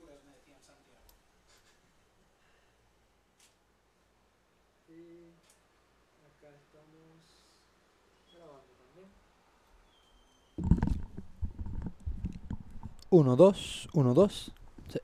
Y acá estamos grabando también. 1, 2, 1, 2. Sí.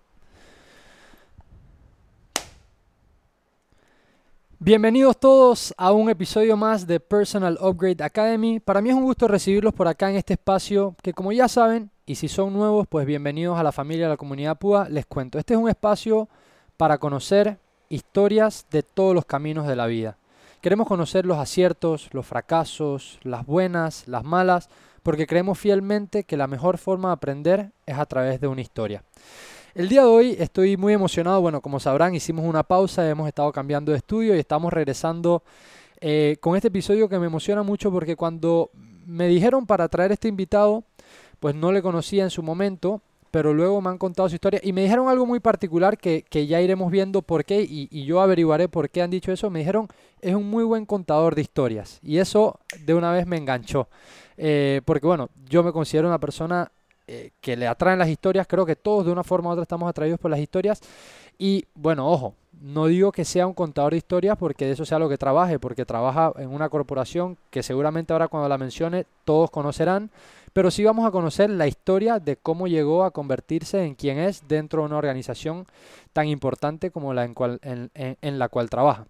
Bienvenidos todos a un episodio más de Personal Upgrade Academy. Para mí es un gusto recibirlos por acá en este espacio que, como ya saben, y si son nuevos, pues bienvenidos a la familia de la comunidad PUA. Les cuento, este es un espacio para conocer historias de todos los caminos de la vida. Queremos conocer los aciertos, los fracasos, las buenas, las malas, porque creemos fielmente que la mejor forma de aprender es a través de una historia. El día de hoy estoy muy emocionado. Bueno, como sabrán, hicimos una pausa, hemos estado cambiando de estudio y estamos regresando con este episodio que me emociona mucho porque cuando me dijeron para traer este invitado, pues no le conocía en su momento, pero luego me han contado su historia y me dijeron algo muy particular que ya iremos viendo por qué y yo averiguaré por qué han dicho eso. Me dijeron, es un muy buen contador de historias y eso de una vez me enganchó. Porque bueno, yo me considero una persona que le atraen las historias. Creo que todos de una forma u otra estamos atraídos por las historias. Y bueno, ojo, no digo que sea un contador de historias porque de eso sea lo que trabaje, porque trabaja en una corporación que seguramente ahora cuando la mencione todos conocerán, pero sí vamos a conocer la historia de cómo llegó a convertirse en quien es dentro de una organización tan importante como la en la cual trabaja.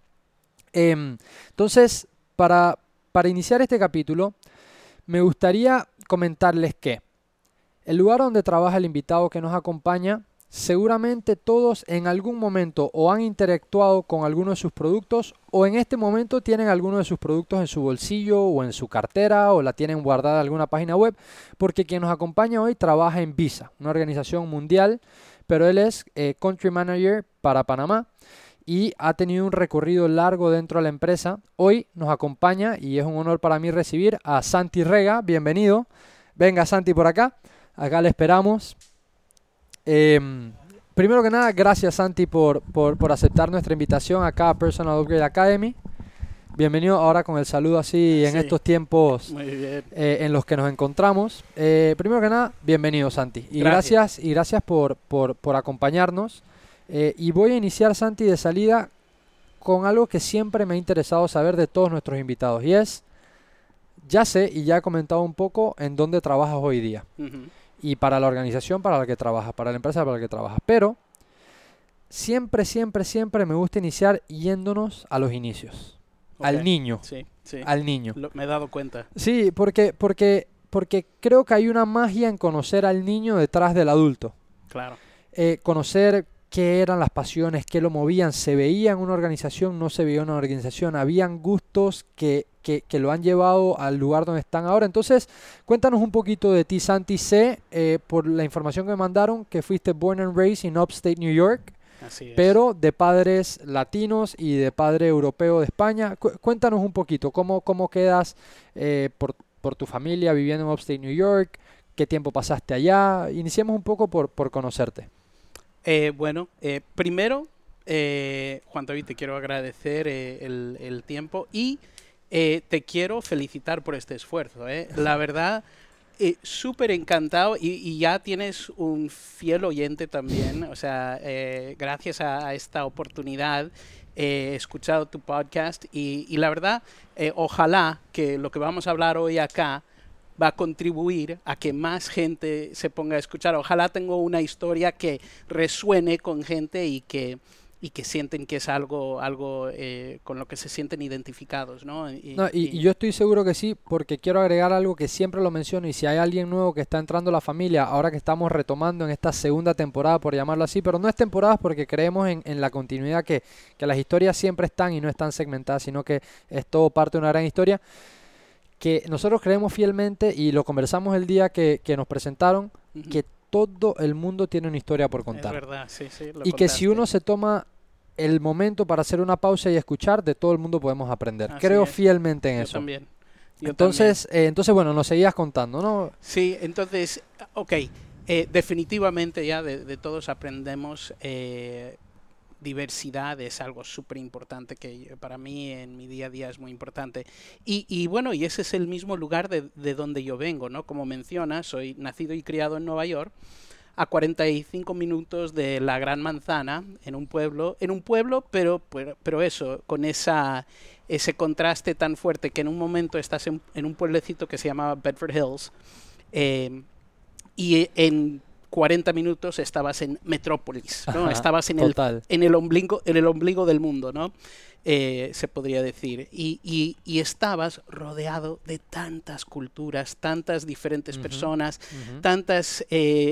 Entonces, para iniciar este capítulo, me gustaría comentarles que el lugar donde trabaja el invitado que nos acompaña, seguramente todos en algún momento o han interactuado con alguno de sus productos o en este momento tienen alguno de sus productos en su bolsillo o en su cartera o la tienen guardada en alguna página web, porque quien nos acompaña hoy trabaja en Visa, una organización mundial, pero él es Country Manager para Panamá y ha tenido un recorrido largo dentro de la empresa. Hoy nos acompaña y es un honor para mí recibir a Santi Rega. Bienvenido. Venga Santi por acá. Acá le esperamos. Primero que nada, gracias Santi por aceptar nuestra invitación acá a Personal Upgrade Academy. Bienvenido ahora con el saludo así en estos tiempos en los que nos encontramos. Primero que nada, bienvenido Santi. Y gracias por acompañarnos. Y voy a iniciar, Santi, de salida con algo que siempre me ha interesado saber de todos nuestros invitados. Y es, ya sé y ya he comentado un poco en dónde trabajas hoy día. Y para la organización para la que trabajas, para la empresa para la que trabajas. Pero siempre me gusta iniciar yéndonos a los inicios. Okay. Al niño. Sí. Al niño. Me he dado cuenta. Sí, porque creo que hay una magia en conocer al niño detrás del adulto. Claro. Conocer qué eran las pasiones, qué lo movían, se veía en una organización, no se veía en una organización, habían gustos que lo han llevado al lugar donde están ahora. Entonces, cuéntanos un poquito de ti, Santi. Sé, por la información que me mandaron, que fuiste born and raised in upstate New York, pero de padres latinos y de padre europeo de España. Cuéntanos un poquito, ¿cómo quedas por tu familia viviendo en upstate New York? ¿Qué tiempo pasaste allá? Iniciemos un poco por conocerte. Primero, Juan David, te quiero agradecer el tiempo y te quiero felicitar por este esfuerzo. La verdad, súper encantado y ya tienes un fiel oyente también. O sea, gracias a esta oportunidad he escuchado tu podcast y la verdad, ojalá que lo que vamos a hablar hoy acá va a contribuir a que más gente se ponga a escuchar. Ojalá tengo una historia que resuene con gente y que sienten que es algo con lo que se sienten identificados, ¿no? Y yo estoy seguro que sí, porque quiero agregar algo que siempre lo menciono, y si hay alguien nuevo que está entrando a la familia, ahora que estamos retomando en esta segunda temporada, por llamarlo así, pero no es temporada porque creemos en la continuidad, que las historias siempre están y no están segmentadas, sino que es todo parte de una gran historia, que nosotros creemos fielmente, y lo conversamos el día que nos presentaron, que todo el mundo tiene una historia por contar. Es verdad, sí, y que si uno se toma el momento para hacer una pausa y escuchar, de todo el mundo podemos aprender. Creo fielmente en eso. También. Entonces, bueno, nos seguías contando, ¿no? Sí, entonces, definitivamente ya de todos aprendemos. Diversidad es algo súper importante que para mí en mi día a día es muy importante. Y bueno, y ese es el mismo lugar de donde yo vengo, ¿no? Como mencionas, soy nacido y criado en Nueva York. a 45 minutos de la Gran Manzana, en un pueblo, pero eso, con ese contraste tan fuerte que en un momento estás en un pueblecito que se llamaba Bedford Hills, y en 40 minutos estabas en Metrópolis, ¿no? Ajá, Estabas total. en el ombligo del mundo, ¿no? Se podría decir. Y estabas rodeado de tantas culturas, tantas diferentes personas, tantas,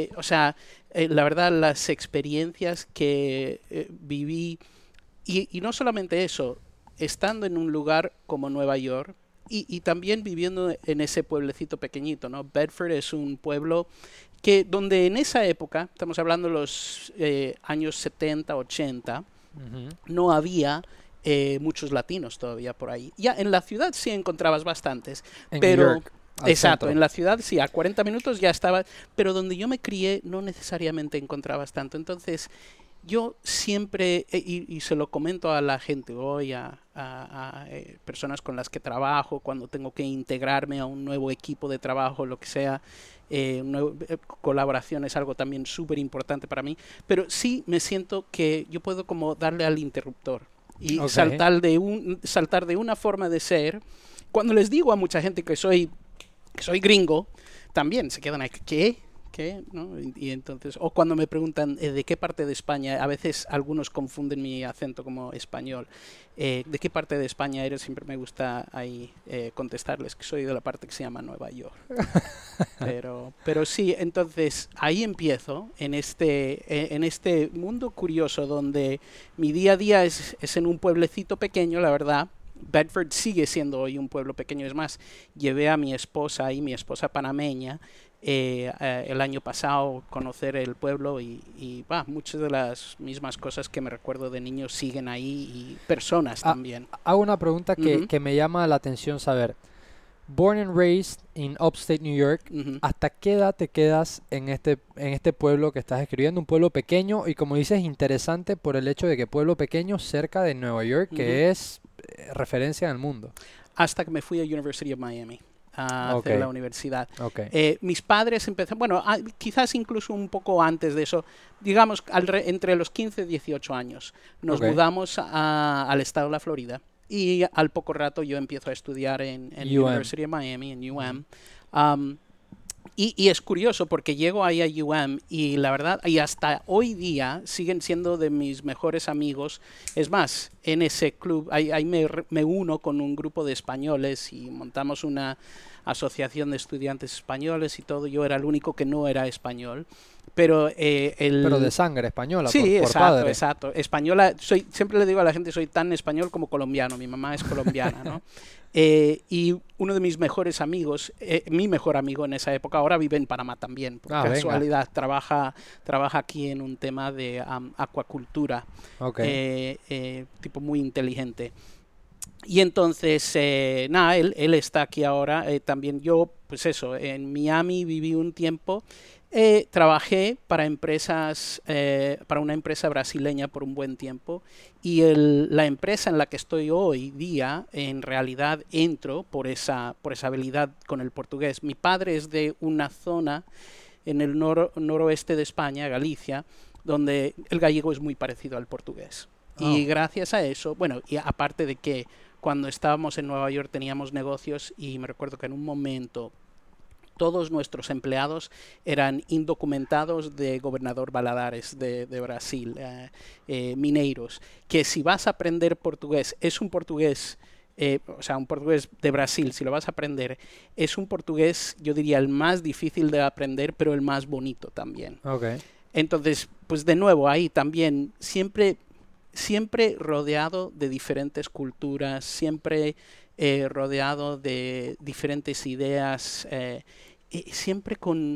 la verdad, las experiencias que viví, y no solamente eso, estando en un lugar como Nueva York, y también viviendo en ese pueblecito pequeñito, ¿no? Bedford es un pueblo donde en esa época, estamos hablando de los años 70, 80, no había muchos latinos todavía por ahí. Ya en la ciudad sí encontrabas bastantes, En New pero York, exacto, centro. en la ciudad sí, a 40 minutos ya estaba, pero donde yo me crié no necesariamente encontrabas tanto. Entonces, yo siempre, y se lo comento a la gente hoy, a personas con las que trabajo, cuando tengo que integrarme a un nuevo equipo de trabajo, lo que sea, colaboración es algo también súper importante para mí, pero sí me siento que yo puedo como darle al interruptor y saltar de una forma de ser. Cuando les digo a mucha gente que soy gringo, también se quedan ahí, ¿qué? ¿Qué? ¿No? Y entonces, o cuando me preguntan de qué parte de España, a veces algunos confunden mi acento como español. ¿De qué parte de España eres? Siempre me gusta ahí contestarles que soy de la parte que se llama Nueva York. Pero sí, entonces ahí empiezo en este mundo curioso donde mi día a día es en un pueblecito pequeño, la verdad. Bedford sigue siendo hoy un pueblo pequeño. Es más, llevé a mi esposa ahí, mi esposa panameña, el año pasado conocer el pueblo y muchas de las mismas cosas que me recuerdo de niño siguen ahí y personas también. Hago una pregunta que me llama la atención saber. Born and raised in upstate New York, ¿hasta qué edad te quedas en este pueblo que estás escribiendo? Un pueblo pequeño y como dices, interesante por el hecho de que pueblo pequeño cerca de Nueva York, que es referencia en el mundo. Hasta que me fui a University of Miami a hacer la universidad. Okay. Mis padres empezaron, bueno, quizás incluso un poco antes de eso, digamos entre los 15 y 18 años, nos mudamos al estado de la Florida y al poco rato yo empiezo a estudiar en University of Miami, en UM. Y es curioso porque llego ahí a UM y la verdad, y hasta hoy día siguen siendo de mis mejores amigos. Es más, en ese club, ahí me uno con un grupo de españoles y montamos una asociación de estudiantes españoles y todo. Yo era el único que no era español. Pero de sangre española, sí, por padre. Exacto. Española, siempre le digo a la gente, soy tan español como colombiano. Mi mamá es colombiana, ¿no? Y uno de mis mejores amigos, mi mejor amigo en esa época, ahora vive en Panamá también, por casualidad, trabaja aquí en un tema de acuacultura, tipo muy inteligente. Y entonces, él está aquí ahora, también yo, pues eso, en Miami viví un tiempo. Trabajé para una empresa brasileña por un buen tiempo y la empresa en la que estoy hoy día en realidad entro por esa habilidad con el portugués. Mi padre es de una zona en el noroeste de España, Galicia, donde el gallego es muy parecido al portugués. Y gracias a eso, bueno, y aparte de que cuando estábamos en Nueva York teníamos negocios y me recuerdo que en un momento todos nuestros empleados eran indocumentados de Gobernador Valadares de Brasil, mineiros, que si vas a aprender portugués, es un portugués, un portugués de Brasil, si lo vas a aprender, es un portugués, yo diría, el más difícil de aprender, pero el más bonito también. Entonces, pues de nuevo, ahí también siempre rodeado de diferentes culturas, siempre rodeado de diferentes ideas, siempre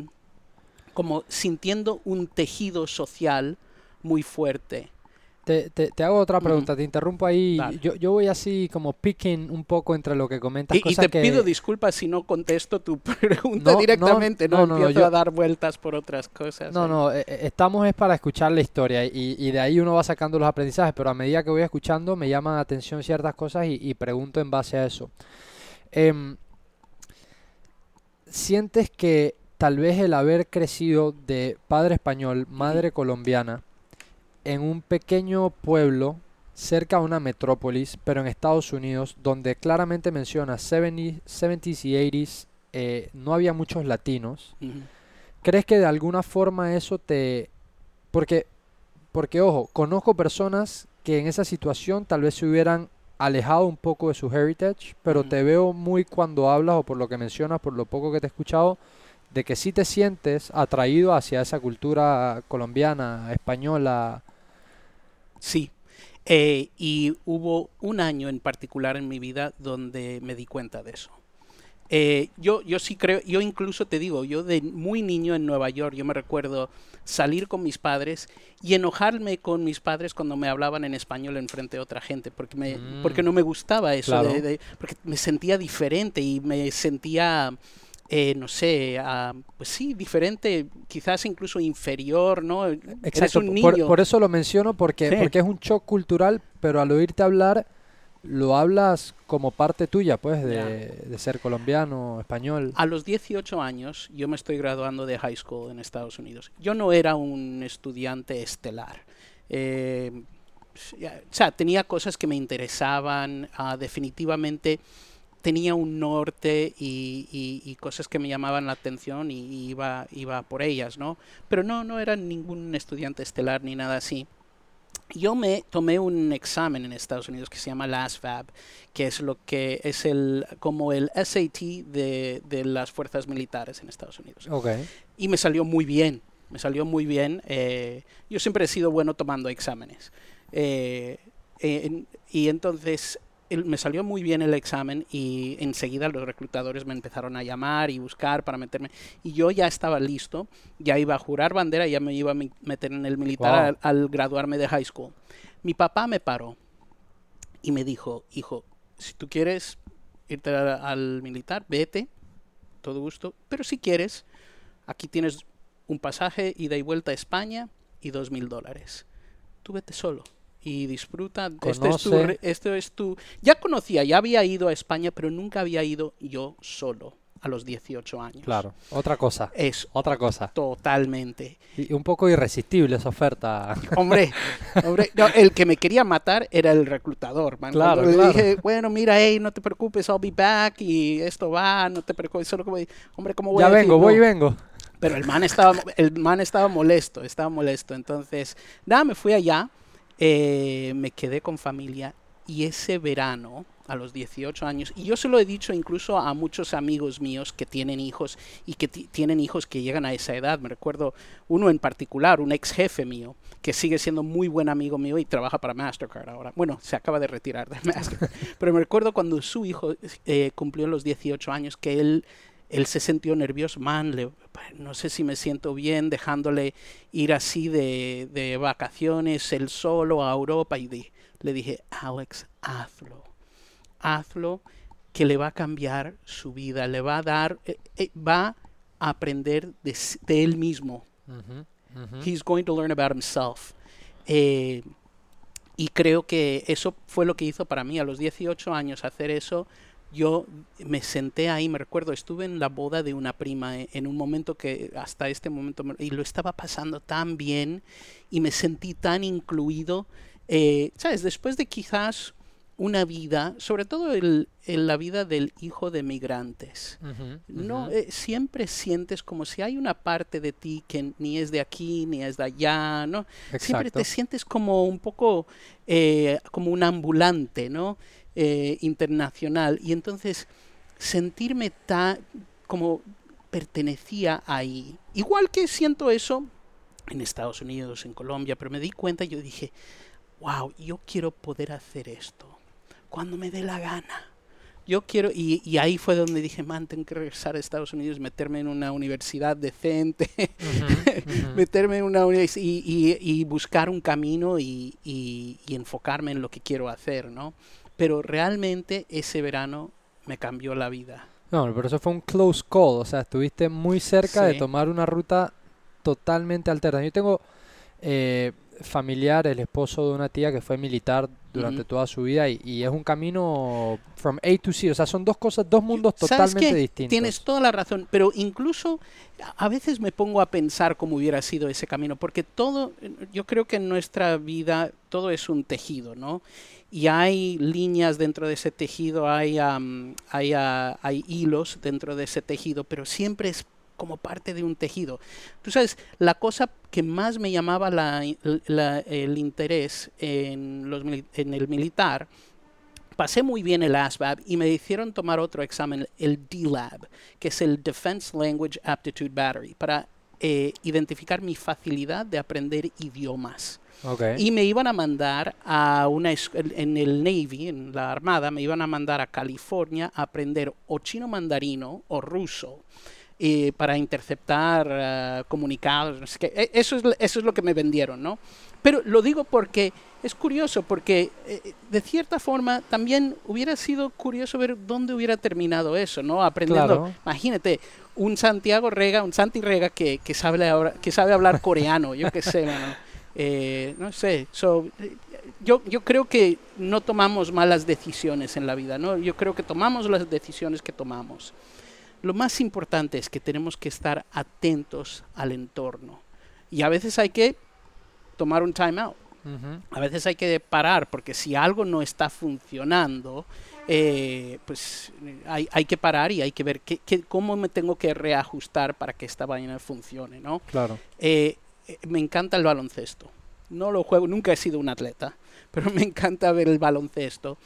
como sintiendo un tejido social muy fuerte. Te hago otra pregunta, te interrumpo ahí. Yo voy así como picking un poco entre lo que comentas. Y te pido disculpas si no contesto tu pregunta directamente, no empiezo a dar vueltas por otras cosas. Estamos es para escuchar la historia y de ahí uno va sacando los aprendizajes, pero a medida que voy escuchando me llaman la atención ciertas cosas y pregunto en base a eso. ¿Sientes que tal vez el haber crecido de padre español, madre colombiana, en un pequeño pueblo cerca de una metrópolis, pero en Estados Unidos, donde claramente menciona 70s y 80s, no había muchos latinos. Ujú. ¿Crees que de alguna forma eso te... Porque, porque ojo, conozco personas que en esa situación tal vez se hubieran alejado un poco de su heritage, pero Ujú. te veo muy cuando hablas o por lo que mencionas, por lo poco que te he escuchado, de que sí te sientes atraído hacia esa cultura colombiana, española. Sí. Y hubo un año en particular en mi vida donde me di cuenta de eso. Yo sí creo, yo incluso te digo, yo de muy niño en Nueva York, yo me recuerdo salir con mis padres y enojarme con mis padres cuando me hablaban en español en frente de otra gente, porque Mm, no me gustaba eso, claro, porque me sentía diferente y me sentía, no sé, pues sí, diferente, quizás incluso inferior, ¿no? Eres exacto. un niño. Por eso lo menciono, Sí. porque es un shock cultural, pero al oírte hablar, lo hablas como parte tuya, pues, Ya. de ser colombiano, español. A los 18 años yo me estoy graduando de high school en Estados Unidos. Yo no era un estudiante estelar. Eh, o sea, tenía cosas que me interesaban, definitivamente tenía un norte y cosas que me llamaban la atención y iba por ellas, ¿no? Pero no era ningún estudiante estelar ni nada así. Yo me tomé un examen en Estados Unidos que se llama LASFAB, que es lo que es como el SAT de las fuerzas militares en Estados Unidos. Ok. Y me salió muy bien, me salió muy bien. Yo siempre he sido bueno tomando exámenes. Eh, y entonces me salió muy bien el examen y enseguida los reclutadores me empezaron a llamar y buscar para meterme. Y yo ya estaba listo, ya iba a jurar bandera, ya me iba a meter en el militar Wow. al graduarme de high school. Mi papá me paró y me dijo, hijo, si tú quieres irte al militar, vete, todo gusto, pero si quieres, aquí tienes un pasaje ida y vuelta a España y $2,000. Tú vete solo y disfruta. Conoce. Esto es tu. Ya conocía, ya había ido a España, pero nunca había ido yo solo a los 18 años. Claro, otra cosa, Es otra cosa. totalmente. Y un poco irresistible esa oferta. Hombre, no, el que me quería matar era el reclutador, man. Cuando Claro, le claro. dije, bueno, mira, hey, no te preocupes, I'll be back y esto va, no te preocupes, solo como, hombre, ¿cómo voy Ya a decir vengo, voy y no? vengo. Pero el man estaba molesto, estaba molesto. Entonces, nada, me fui allá, me quedé con familia y ese verano, a los 18 años, y yo se lo he dicho incluso a muchos amigos míos que tienen hijos y que tienen hijos que llegan a esa edad. Me recuerdo uno en particular, un ex jefe mío, que sigue siendo muy buen amigo mío y trabaja para Mastercard ahora. Bueno, se acaba de retirar de Mastercard. Pero me recuerdo cuando su hijo cumplió los 18 años que él se sintió nervioso, man, no sé si me siento bien dejándole ir así de vacaciones, él solo a Europa, y le dije, Alex, hazlo, que le va a cambiar su vida, le va a dar, va a aprender de él mismo. Ujú, ujú. He's going to learn about himself. Eh, y creo que eso fue lo que hizo para mí. A los 18 años hacer eso, yo me senté ahí, me recuerdo, estuve en la boda de una prima en un momento que hasta este momento, y lo estaba pasando tan bien y me sentí tan incluido. ¿Sabes? Después de quizás una vida, sobre todo la vida del hijo de migrantes, Ujú, no, ujú. siempre sientes como si hay una parte de ti que ni es de aquí ni es de allá, ¿no? Siempre te Exacto. sientes como un poco como un ambulante, ¿no? Internacional. Y entonces sentirme tan como pertenecía ahí. Igual que siento eso en Estados Unidos, en Colombia, pero me di cuenta y yo dije, wow, yo quiero poder hacer esto cuando me dé la gana. Yo quiero, y ahí fue donde dije, man, tengo que regresar a Estados Unidos, meterme en una universidad decente, Ujú, ujú. meterme en una universidad y buscar un camino y enfocarme en lo que quiero hacer, ¿no? Pero realmente ese verano me cambió la vida. No, pero eso fue un close call, o sea, estuviste muy cerca de Sí. tomar una ruta totalmente alterna. Yo tengo familiar, el esposo de una tía que fue militar durante toda su vida y es un camino from A to C, o sea, son dos cosas, dos mundos ¿Sabes totalmente qué? distintos. Tienes toda la razón, pero incluso a veces me pongo a pensar cómo hubiera sido ese camino, porque todo, yo creo que en nuestra vida todo es un tejido, ¿no? Y hay líneas dentro de ese tejido, hay hilos dentro de ese tejido, pero siempre es como parte de un tejido. Tú sabes, la cosa que más me llamaba el interés en el militar, pasé muy bien el ASVAB y me hicieron tomar otro examen, el DLAB, que es el Defense Language Aptitude Battery, para identificar mi facilidad de aprender idiomas. Okay. Y me iban a mandar en el Navy, en la Armada, me iban a mandar a California a aprender o chino mandarino o ruso. Para interceptar comunicados, no sé qué. Eso es lo que me vendieron, ¿no? Pero lo digo porque es curioso, porque de cierta forma también hubiera sido curioso ver dónde hubiera terminado eso, ¿no? Aprendiendo, Claro. Imagínate, un Santi Rega que sabe hablar coreano, yo qué sé, mano. No sé, yo creo que no tomamos malas decisiones en la vida, ¿no? Yo creo que tomamos las decisiones que tomamos. Lo más importante es que tenemos que estar atentos al entorno. Y a veces hay que tomar un time out. A veces hay que parar, porque si algo no está funcionando, pues hay que parar y hay que ver cómo me tengo que reajustar para que esta vaina funcione, ¿no? Claro. Me encanta el baloncesto. No lo juego, nunca he sido un atleta, pero me encanta ver el baloncesto.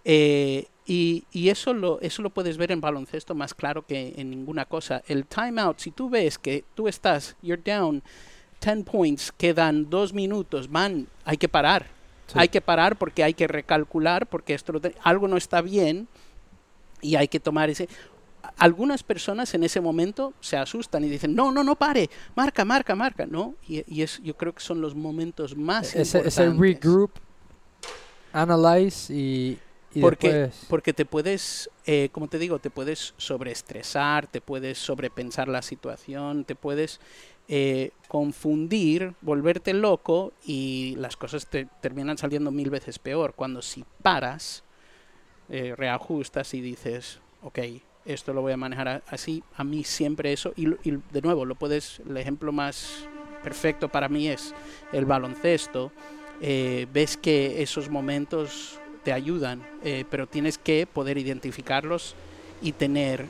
Y eso lo puedes ver en baloncesto más claro que en ninguna cosa. El timeout, si tú ves que you're down 10 points, quedan 2 minutos, hay que parar. Sí. Hay que parar porque hay que recalcular, porque algo no está bien y hay que tomar ese... Algunas personas en ese momento se asustan y dicen, no pare, marca, ¿no? Yo creo que son los momentos más importantes. Ese regroup, analyze y porque te puedes, como te digo, te puedes sobreestresar, te puedes sobrepensar la situación, te puedes confundir, volverte loco y las cosas te terminan saliendo 1000 veces peor. Cuando si paras, reajustas y dices, ok, esto lo voy a manejar así, a mí siempre eso, y de nuevo, el ejemplo más perfecto para mí es el baloncesto. Ves que esos momentos te ayudan, pero tienes que poder identificarlos y tener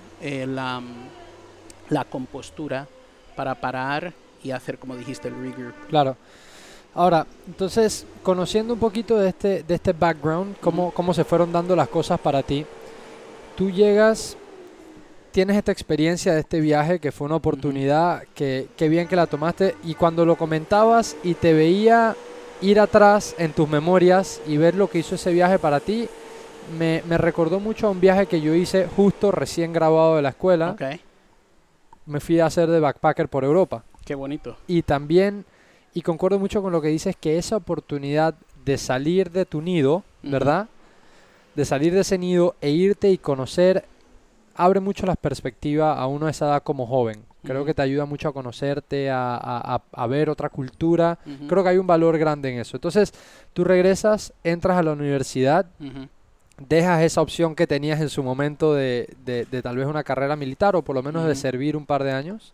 la compostura para parar y hacer, como dijiste, el regroup. Claro. Ahora, entonces, conociendo un poquito de este background, cómo se fueron dando las cosas para ti, tú tienes esta experiencia de este viaje que fue una oportunidad, que bien que la tomaste, y cuando lo comentabas y te veía ir atrás en tus memorias y ver lo que hizo ese viaje para ti, me recordó mucho a un viaje que yo hice justo recién graduado de la escuela. Okay. Me fui a hacer de backpacker por Europa. Qué bonito. Y también, y concuerdo mucho con lo que dices, que esa oportunidad de salir de tu nido, ¿verdad? De salir de ese nido e irte y conocer, abre mucho las perspectivas a uno de esa edad como joven. Creo que te ayuda mucho a conocerte, a ver otra cultura. Creo que hay un valor grande en eso. Entonces, tú regresas, entras a la universidad, dejas esa opción que tenías en su momento de tal vez una carrera militar o por lo menos de servir un par de años.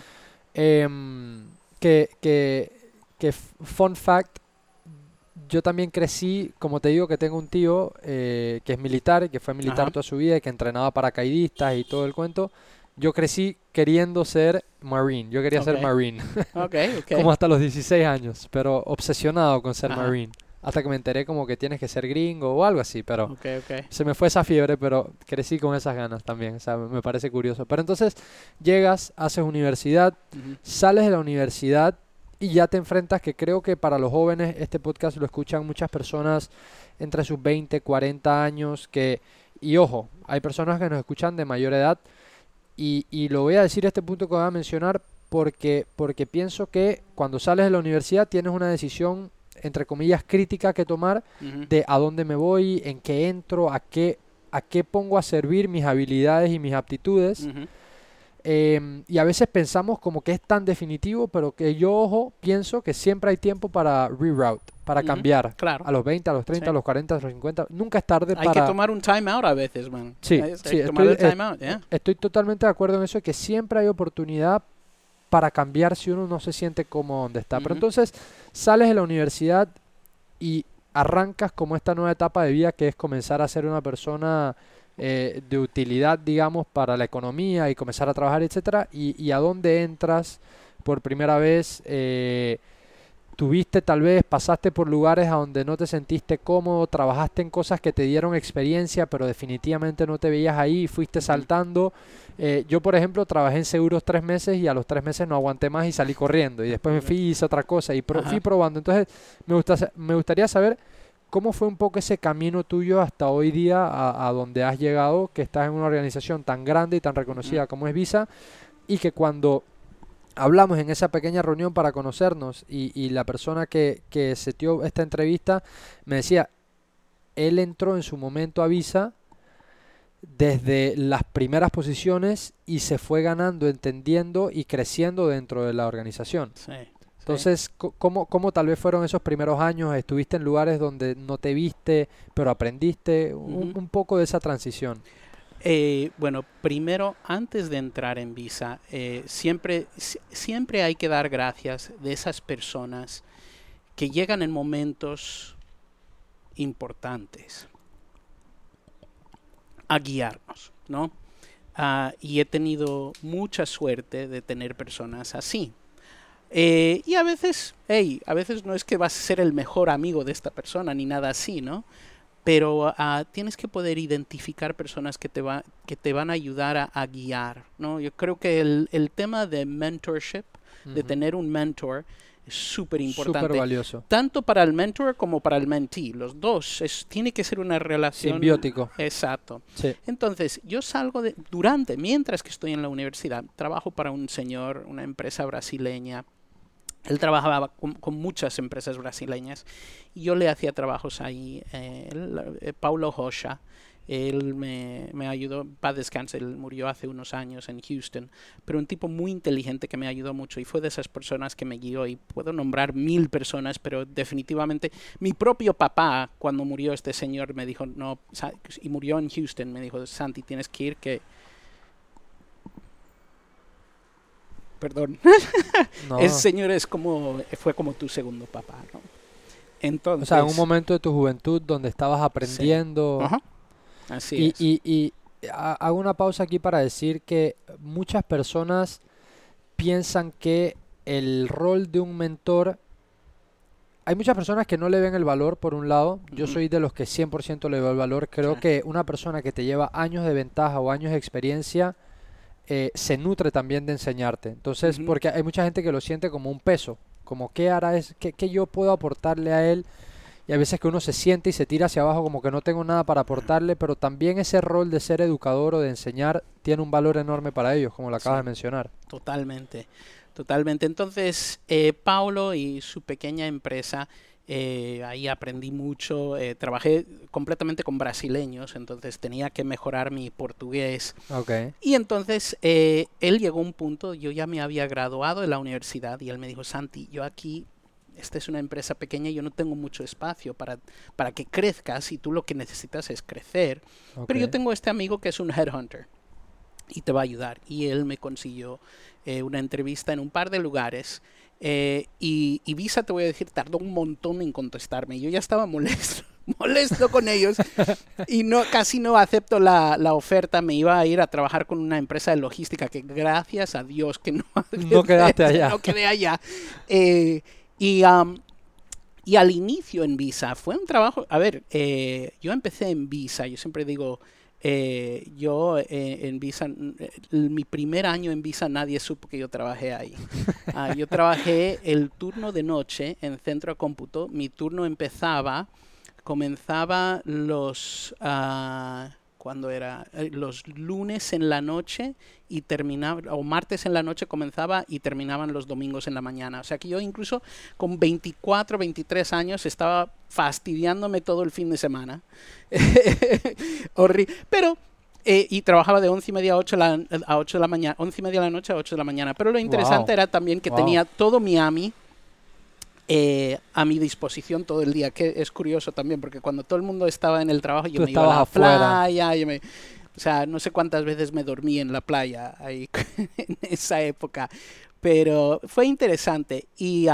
Fun fact, yo también crecí, como te digo, que tengo un tío que es militar, que fue militar toda su vida y que entrenaba paracaidistas y todo el cuento. Yo crecí queriendo ser Marine. Yo quería ser Marine. Como hasta los 16 años, pero obsesionado con ser Marine. Hasta que me enteré como que tienes que ser gringo o algo así, pero se me fue esa fiebre, pero crecí con esas ganas también. O sea, me parece curioso. Pero entonces llegas, haces universidad, sales de la universidad y ya te enfrentas, que creo que para los jóvenes este podcast lo escuchan muchas personas entre sus 20, 40 años, y ojo, hay personas que nos escuchan de mayor edad, y lo voy a decir este punto que voy a mencionar porque pienso que cuando sales de la universidad tienes una decisión, entre comillas, crítica que tomar de a dónde me voy, en qué entro, a qué pongo a servir mis habilidades y mis aptitudes. Y a veces pensamos como que es tan definitivo, pero que yo, ojo, pienso que siempre hay tiempo para reroute, para cambiar. Claro. A los 20, a los 30, Sí. a los 40, a los 50. Nunca es tarde Hay que para... tomar un time out a veces, man. Sí, Hay sí, que tomar estoy, el time out, yeah. estoy totalmente de acuerdo en eso, de que siempre hay oportunidad para cambiar si uno no se siente cómodo donde está. Pero Ujú. entonces sales de la universidad y arrancas como esta nueva etapa de vida que es comenzar a ser una persona de utilidad, digamos, para la economía y comenzar a trabajar, etcétera. Y a dónde entras por primera vez. Tuviste tal vez, pasaste por lugares a donde no te sentiste cómodo, trabajaste en cosas que te dieron experiencia, pero definitivamente no te veías ahí y fuiste Ujú. saltando. Yo, por ejemplo, trabajé en seguros 3 meses y a los 3 meses no aguanté más y salí corriendo. Y después me fui y hice otra cosa y fui Ajá. probando. Entonces, me gustaría saber cómo fue un poco ese camino tuyo hasta hoy día a donde has llegado, que estás en una organización tan grande y tan Ujú. reconocida como es Visa, y que cuando hablamos en esa pequeña reunión para conocernos y la persona que setió esta entrevista me decía, él entró en su momento a Visa desde las primeras posiciones y se fue ganando, entendiendo y creciendo dentro de la organización. Sí, sí. Entonces, ¿cómo tal vez fueron esos primeros años? ¿Estuviste en lugares donde no te viste, pero aprendiste? Ujú. Un poco de esa transición. Bueno, primero, antes de entrar en Visa, siempre hay que dar gracias de esas personas que llegan en momentos importantes a guiarnos, ¿no? Y he tenido mucha suerte de tener personas así. Y a veces, hey, a veces no es que vas a ser el mejor amigo de esta persona ni nada así, ¿no? Pero tienes que poder identificar personas que te van a ayudar a guiar, ¿no? Yo creo que el tema de mentorship, de Ujú. tener un mentor, es súper Súper importante, valioso. tanto para el mentor como para el mentee. Los dos, tiene que ser una relación. Simbiótico. Exacto. Sí. Entonces, yo salgo mientras que estoy en la universidad, trabajo para un señor, una empresa brasileña. Él trabajaba con muchas empresas brasileñas y yo le hacía trabajos ahí. Paulo Rocha, él me ayudó, paz descanse, él murió hace unos años en Houston, pero un tipo muy inteligente que me ayudó mucho y fue de esas personas que me guió, y puedo nombrar 1000 personas, pero definitivamente mi propio papá, cuando murió este señor, me dijo, no, y murió en Houston, me dijo, Santi, tienes que ir, que perdón, ese No. señor fue como tu segundo papá, ¿no? O sea, en un Entonces, momento de tu juventud donde estabas sí, aprendiendo. ajá, así Y, es. y hago una pausa aquí para decir que muchas personas piensan que el rol de un mentor, hay muchas personas que no le ven el valor por un lado, yo Ujú, soy de los que 100% le veo el valor, sí, creo que una persona que te lleva años de ventaja o años de experiencia se nutre también de enseñarte. Entonces, ujú, porque hay mucha gente que lo siente como un peso, como qué hará qué yo puedo aportarle a él. Y hay veces que uno se siente y se tira hacia abajo como que no tengo nada para aportarle, pero también ese rol de ser educador o de enseñar tiene un valor enorme para ellos, como lo acabas de sí, mencionar. totalmente, totalmente. Entonces, Paulo y su pequeña empresa, ahí aprendí mucho, trabajé completamente con brasileños, entonces tenía que mejorar mi portugués. Ok. Y entonces él llegó a un punto, yo ya me había graduado de la universidad y él me dijo, Santi, yo aquí, esta es una empresa pequeña y yo no tengo mucho espacio para que crezcas, y tú lo que necesitas es crecer, Ok. pero yo tengo este amigo que es un headhunter y te va a ayudar. Y él me consiguió una entrevista en un par de lugares. Y Visa, te voy a decir, tardó un montón en contestarme. Yo ya estaba molesto, molesto con ellos, y no, casi no acepto la oferta. Me iba a ir a trabajar con una empresa de logística que, gracias a Dios, que no, No quedaste allá. no quedé allá. Eh, y, um, y al inicio en Visa fue un trabajo, a ver, yo empecé en Visa, yo siempre digo, yo en Visa, mi primer año en Visa nadie supo que yo trabajé ahí. Yo trabajé el turno de noche en centro de cómputo, mi turno comenzaba cuando era los lunes en la noche y terminaba, o martes en la noche comenzaba y terminaban los domingos en la mañana. O sea que yo incluso con 24, 23 años estaba fastidiándome todo el fin de semana. Pero Y trabajaba de 11:30 a 8 de la mañana, 11:30 de la noche a 8 de la mañana. Pero lo interesante Wow. era también que Wow. tenía todo Miami a mi disposición todo el día, que es curioso también, porque cuando todo el mundo estaba en el trabajo, yo Tú me iba a estabas la afuera. playa, o sea, no sé cuántas veces me dormí en la playa ahí en esa época, pero fue interesante.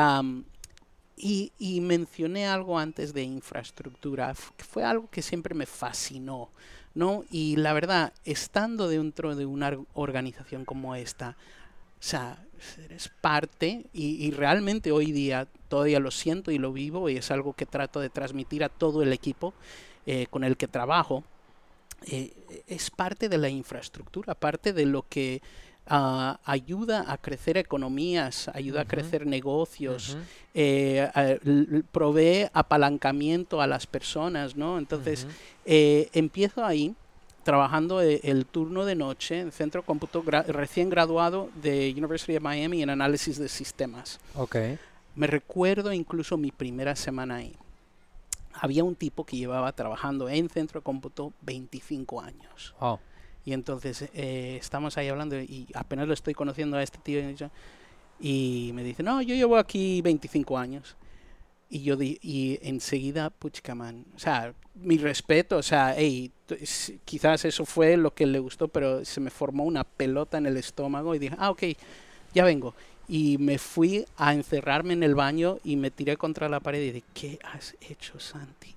Y mencioné algo antes de infraestructura, que fue algo que siempre me fascinó, ¿no? Y la verdad, estando dentro de una organización como esta, o sea, eres parte y realmente hoy día todavía lo siento y lo vivo y es algo que trato de transmitir a todo el equipo con el que trabajo. Es parte de la infraestructura, parte de lo que ayuda a crecer economías, ayuda a Ujú, crecer negocios, ujú, provee apalancamiento a las personas, ¿no? Entonces, ujú. empiezo ahí trabajando el turno de noche en Centro Cómputo, recién graduado de University of Miami en análisis de sistemas. Ok. Me recuerdo incluso mi primera semana ahí. Había un tipo que llevaba trabajando en Centro Cómputo 25 años. Wow. Y entonces estamos ahí hablando y apenas lo estoy conociendo a este tío y me dice, no, yo llevo aquí 25 años. Y enseguida, puchica, man, o sea, mi respeto, o sea, hey, quizás eso fue lo que le gustó, pero se me formó una pelota en el estómago y dije, ok, ya vengo. Y me fui a encerrarme en el baño y me tiré contra la pared y dije, ¿qué has hecho, Santi?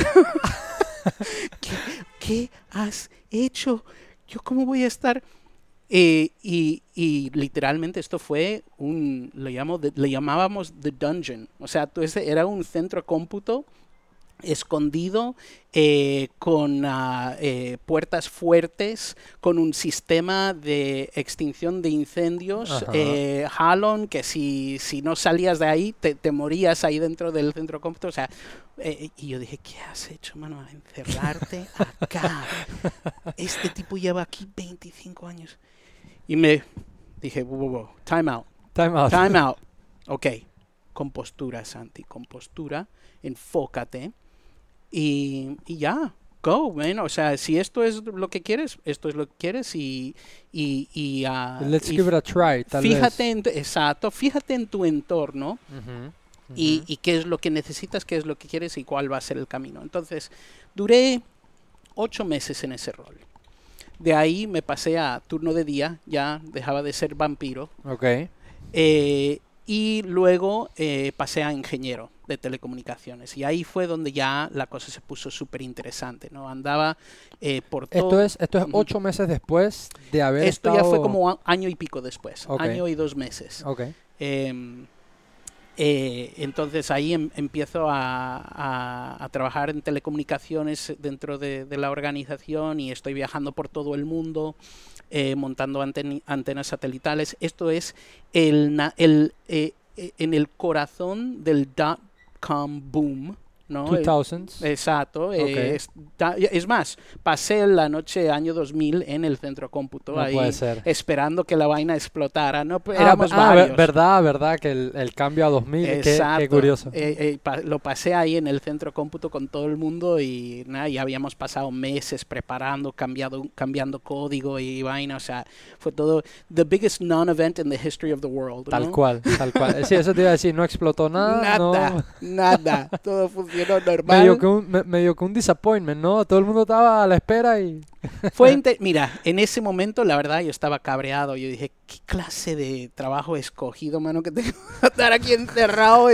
¿Qué, qué has hecho? ¿Yo cómo voy a estar? Y literalmente esto fue le llamábamos The Dungeon. O sea, era un centro cómputo escondido con puertas fuertes, con un sistema de extinción de incendios, Ajá. Halon, que si no salías de ahí te morías ahí dentro del centro cómputo. O sea, y yo dije, ¿qué has hecho, mano? Encerrarte acá. Este tipo lleva aquí 25 años. Y me dije, time out, Time out. time out. Ok, compostura, Santi, compostura, enfócate y ya, go, man. O sea, si esto es lo que quieres, esto es lo que quieres Let's y give it a try, tal fíjate vez. exacto, fíjate en tu entorno Ujú, ujú. y qué es lo que necesitas, qué es lo que quieres y cuál va a ser el camino. Entonces, duré 8 meses en ese rol. De ahí me pasé a turno de día, ya dejaba de ser vampiro. Ok. Y luego pasé a ingeniero de telecomunicaciones. Y ahí fue donde ya la cosa se puso súper interesante, ¿no? Andaba por Esto todo. es 8 meses después de haber Esto ya fue estado. como año y pico después, Ok, año y 2 meses. ok. Eh, entonces ahí empiezo a trabajar en telecomunicaciones dentro de la organización y estoy viajando por todo el mundo montando antenas satelitales. Esto es en el corazón del dot-com boom, ¿no? 2000s. Exacto. Ok. Es más, pasé la noche año 2000 en el centro cómputo, No puede ahí ser. esperando que la vaina explotara. No, éramos varios. Verdad, que el cambio a 2000, qué Exacto. curioso. Lo pasé ahí en el centro cómputo con todo el mundo y nada, ya habíamos pasado meses preparando, cambiando código y vaina. O sea, fue todo the biggest non-event in the history of the world, Tal ¿no? cual, tal cual. Sí, eso te iba a decir, no explotó nada, no. Nada. Todo funcionó Medio normal. que medio que un disappointment, ¿no? Todo el mundo estaba a la espera y. Mira, en ese momento la verdad yo estaba cabreado. Yo dije, ¿qué clase de trabajo he escogido, mano? Que tengo que estar aquí encerrado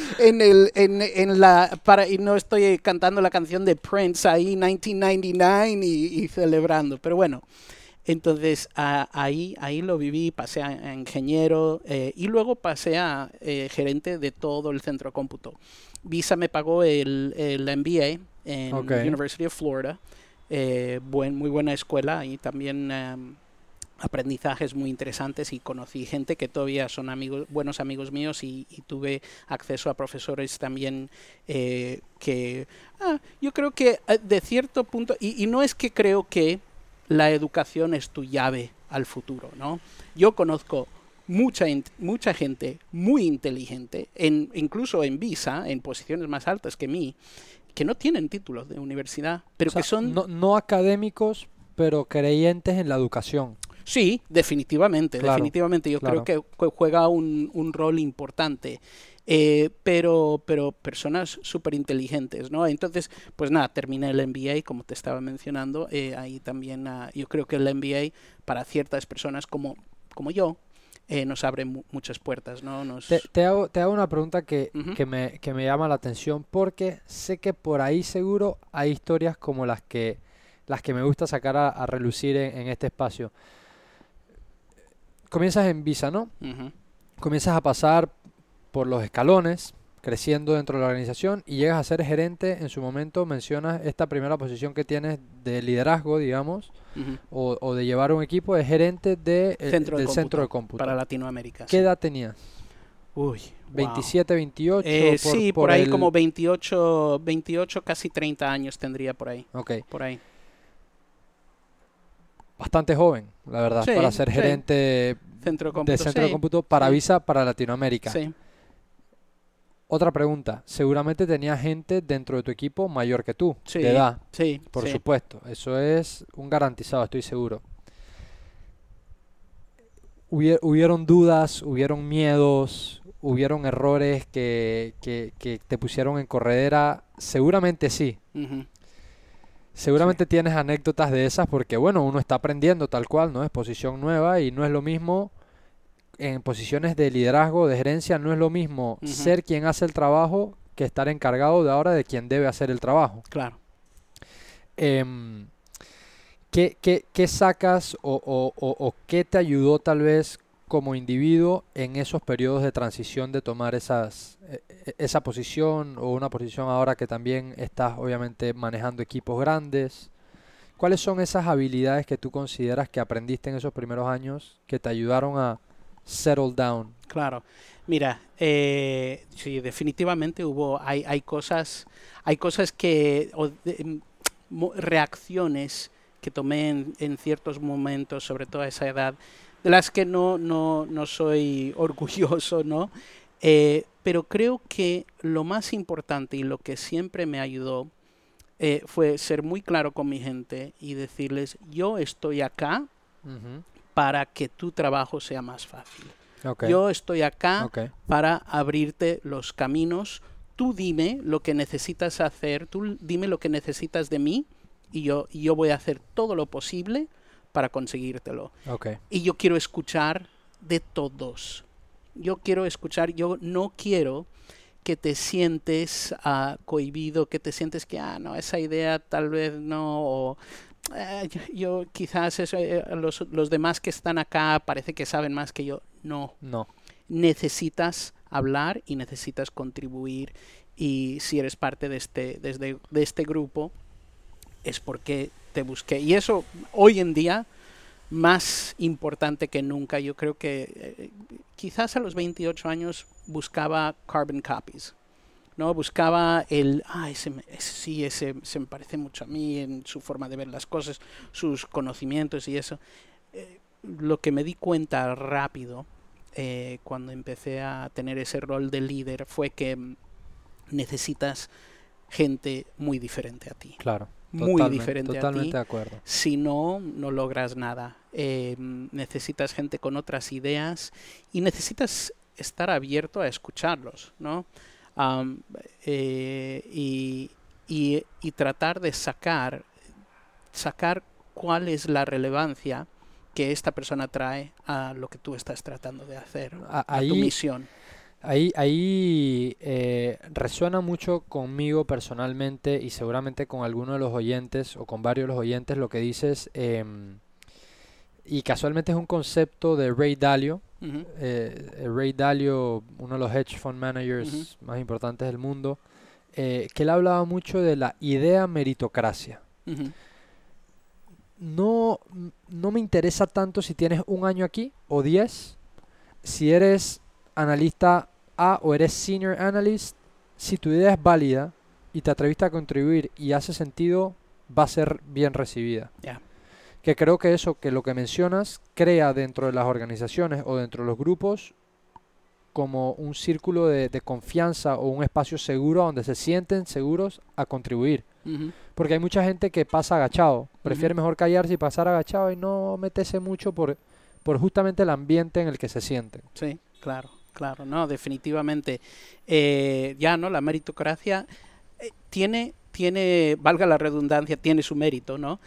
y no estoy cantando la canción de Prince ahí, 1999 y celebrando. Pero bueno, entonces ahí lo viví, pasé a ingeniero y luego pasé a gerente de todo el centro cómputo. Visa me pagó el MBA en Ok. University of Florida. Muy buena escuela y también aprendizajes muy interesantes y conocí gente que todavía son buenos amigos míos y tuve acceso a profesores también que yo creo que de cierto punto, y no es que creo que la educación es tu llave al futuro, ¿no? Yo conozco mucha gente muy inteligente, incluso en Visa, en posiciones más altas que mí, que no tienen títulos de universidad, pero O sea, que son no académicos, pero creyentes en la educación. Sí, definitivamente, Claro, definitivamente. Yo claro. creo que juega un rol importante. Pero personas súper inteligentes, ¿no? Entonces, pues nada, terminé el MBA, como te estaba mencionando. Ahí también, yo creo que el MBA para ciertas personas como yo, nos abre muchas puertas, ¿no? Te hago una pregunta Ujú, que me llama la atención porque sé que por ahí seguro hay historias como las que me gusta sacar a relucir en este espacio. Comienzas en Visa, ¿no? ujú, Comienzas a pasar por los escalones, creciendo dentro de la organización y llegas a ser gerente. En su momento mencionas esta primera posición que tienes de liderazgo, digamos, ujú. o de llevar un equipo de gerente Centro de del centro de cómputo para cómputo. Latinoamérica, ¿Qué sí. edad tenías? Uy, wow. 27, 28, Sí, por por ahí como el... 28, casi 30 años tendría por ahí. Ok, Por ahí. bastante joven, la verdad, para Sí, ser sí. gerente Centro de de cómputo, centro de sí, cómputo para sí, Visa para Latinoamérica. sí. Otra pregunta, seguramente tenías gente dentro de tu equipo mayor que tú, de Sí, edad, sí, por sí. supuesto, eso es un garantizado, estoy seguro. Hubieron dudas, hubieron miedos, hubieron errores que te pusieron en corredera, seguramente sí. Ujú, sí. Seguramente tienes anécdotas de esas porque, bueno, uno está aprendiendo tal cual, ¿no? Es posición nueva y no es lo mismo en posiciones de liderazgo, de gerencia, no es lo mismo Ujú, ser quien hace el trabajo que estar encargado de ahora de quien debe hacer el trabajo. claro. Em, ¿Qué sacas o qué te ayudó tal vez como individuo en esos periodos de transición de tomar esa posición o una posición ahora que también estás obviamente manejando equipos grandes? ¿Cuáles son esas habilidades que tú consideras que aprendiste en esos primeros años que te ayudaron a settle down? Claro. Mira, sí, definitivamente hay cosas reacciones que tomé en ciertos momentos, sobre todo a esa edad, de las que no soy orgulloso, ¿no? Pero creo que lo más importante y lo que siempre me ayudó, fue ser muy claro con mi gente y decirles, yo estoy acá Ujú. para que tu trabajo sea más fácil. Ok, Yo estoy acá ok, para abrirte los caminos. Tú dime lo que necesitas hacer, tú dime lo que necesitas de mí y yo voy a hacer todo lo posible para conseguírtelo. ok. Y yo quiero escuchar de todos. Yo quiero escuchar, yo no quiero que te sientes, cohibido, que te sientes que, no, esa idea tal vez no, o yo quizás eso, los demás que están acá parece que saben más que yo. No, No, necesitas hablar y necesitas contribuir, y si eres parte de este grupo es porque te busqué. Y eso hoy en día, más importante que nunca, yo creo que quizás a los 28 años buscaba carbon copies. ¿No? Buscaba ese se me parece mucho a mí en su forma de ver las cosas, sus conocimientos y eso. Lo que me di cuenta rápido, cuando empecé a tener ese rol de líder, fue que necesitas gente muy diferente a ti. claro, Muy diferente a totalmente ti. de acuerdo. Si no, no logras nada. Necesitas gente con otras ideas y necesitas estar abierto a escucharlos, ¿no? Um, y tratar de sacar cuál es la relevancia que esta persona trae a lo que tú estás tratando de hacer, a tu Ahí, misión. resuena mucho conmigo personalmente y seguramente con alguno de los oyentes o con varios de los oyentes lo que dices, y casualmente es un concepto de Ray Dalio. Ujú, Ray Dalio, uno de los hedge fund ujú, managers más importantes del mundo, que él hablaba mucho de la idea meritocracia. ujú, No, no me interesa tanto si tienes un año aquí o 10, si eres analista A o eres senior analyst, si tu idea es válida y te atreviste a contribuir y hace sentido, va a ser bien recibida. ya, Que creo que eso, que lo que mencionas, crea dentro de las organizaciones o dentro de los grupos como un círculo de confianza o un espacio seguro donde se sienten seguros a contribuir. ujú, Porque hay mucha gente que pasa agachado. Prefiere mejor callarse y pasar agachado y no meterse mucho por justamente el ambiente en el que se sienten. Sí, claro, claro, no, definitivamente. Ya, ¿no? La meritocracia tiene, valga la redundancia, tiene su mérito, ¿no?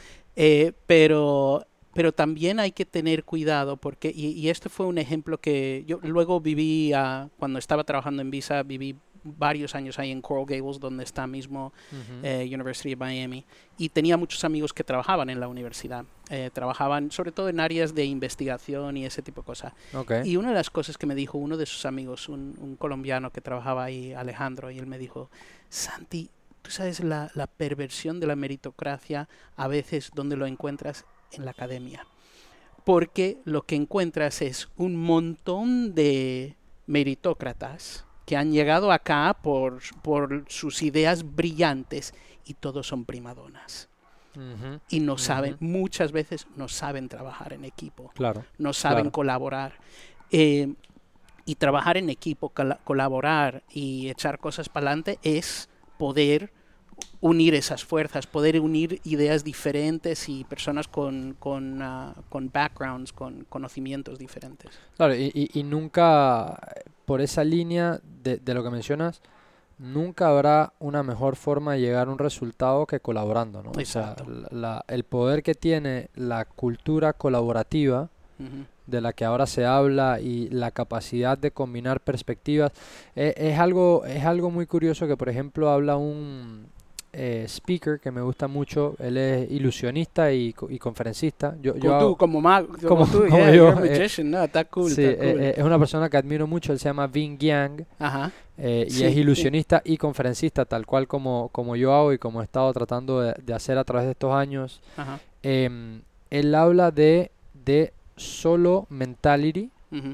Pero también hay que tener cuidado porque, y este fue un ejemplo que yo luego viví, cuando estaba trabajando en Visa, viví varios años ahí en Coral Gables, donde está mismo University of Miami, y tenía muchos amigos que trabajaban en la universidad, trabajaban sobre todo en áreas de investigación y ese tipo de cosas. Okay. Y una de las cosas que me dijo uno de sus amigos, un colombiano que trabajaba ahí, Alejandro, y él me dijo, Santi, tú sabes la perversión de la meritocracia a veces donde lo encuentras en la academia, porque lo que encuentras es un montón de meritócratas que han llegado acá por sus ideas brillantes y todos son primadonas. Y no saben, muchas veces no saben trabajar en equipo, claro, no saben colaborar. Y trabajar en equipo, colaborar y echar cosas para adelante es poder unir esas fuerzas, poder unir ideas diferentes y personas con backgrounds, con conocimientos diferentes. Claro, y nunca, por esa línea de lo que mencionas, nunca habrá una mejor forma de llegar a un resultado que colaborando, ¿no? Exacto. O sea, el poder que tiene la cultura colaborativa, de la que ahora se habla, y la capacidad de combinar perspectivas, es algo muy curioso que, por ejemplo, habla un speaker que me gusta mucho. Él es ilusionista y conferencista. Como tú, como yeah, yo, you're a magician, no, está cool, sí, está cool. Es una persona que admiro mucho. Él se llama Vin Yang, Ajá. y Sí, es ilusionista y conferencista, tal cual como yo hago y como he estado tratando de hacer a través de estos años. Ajá. Él habla de solo mentality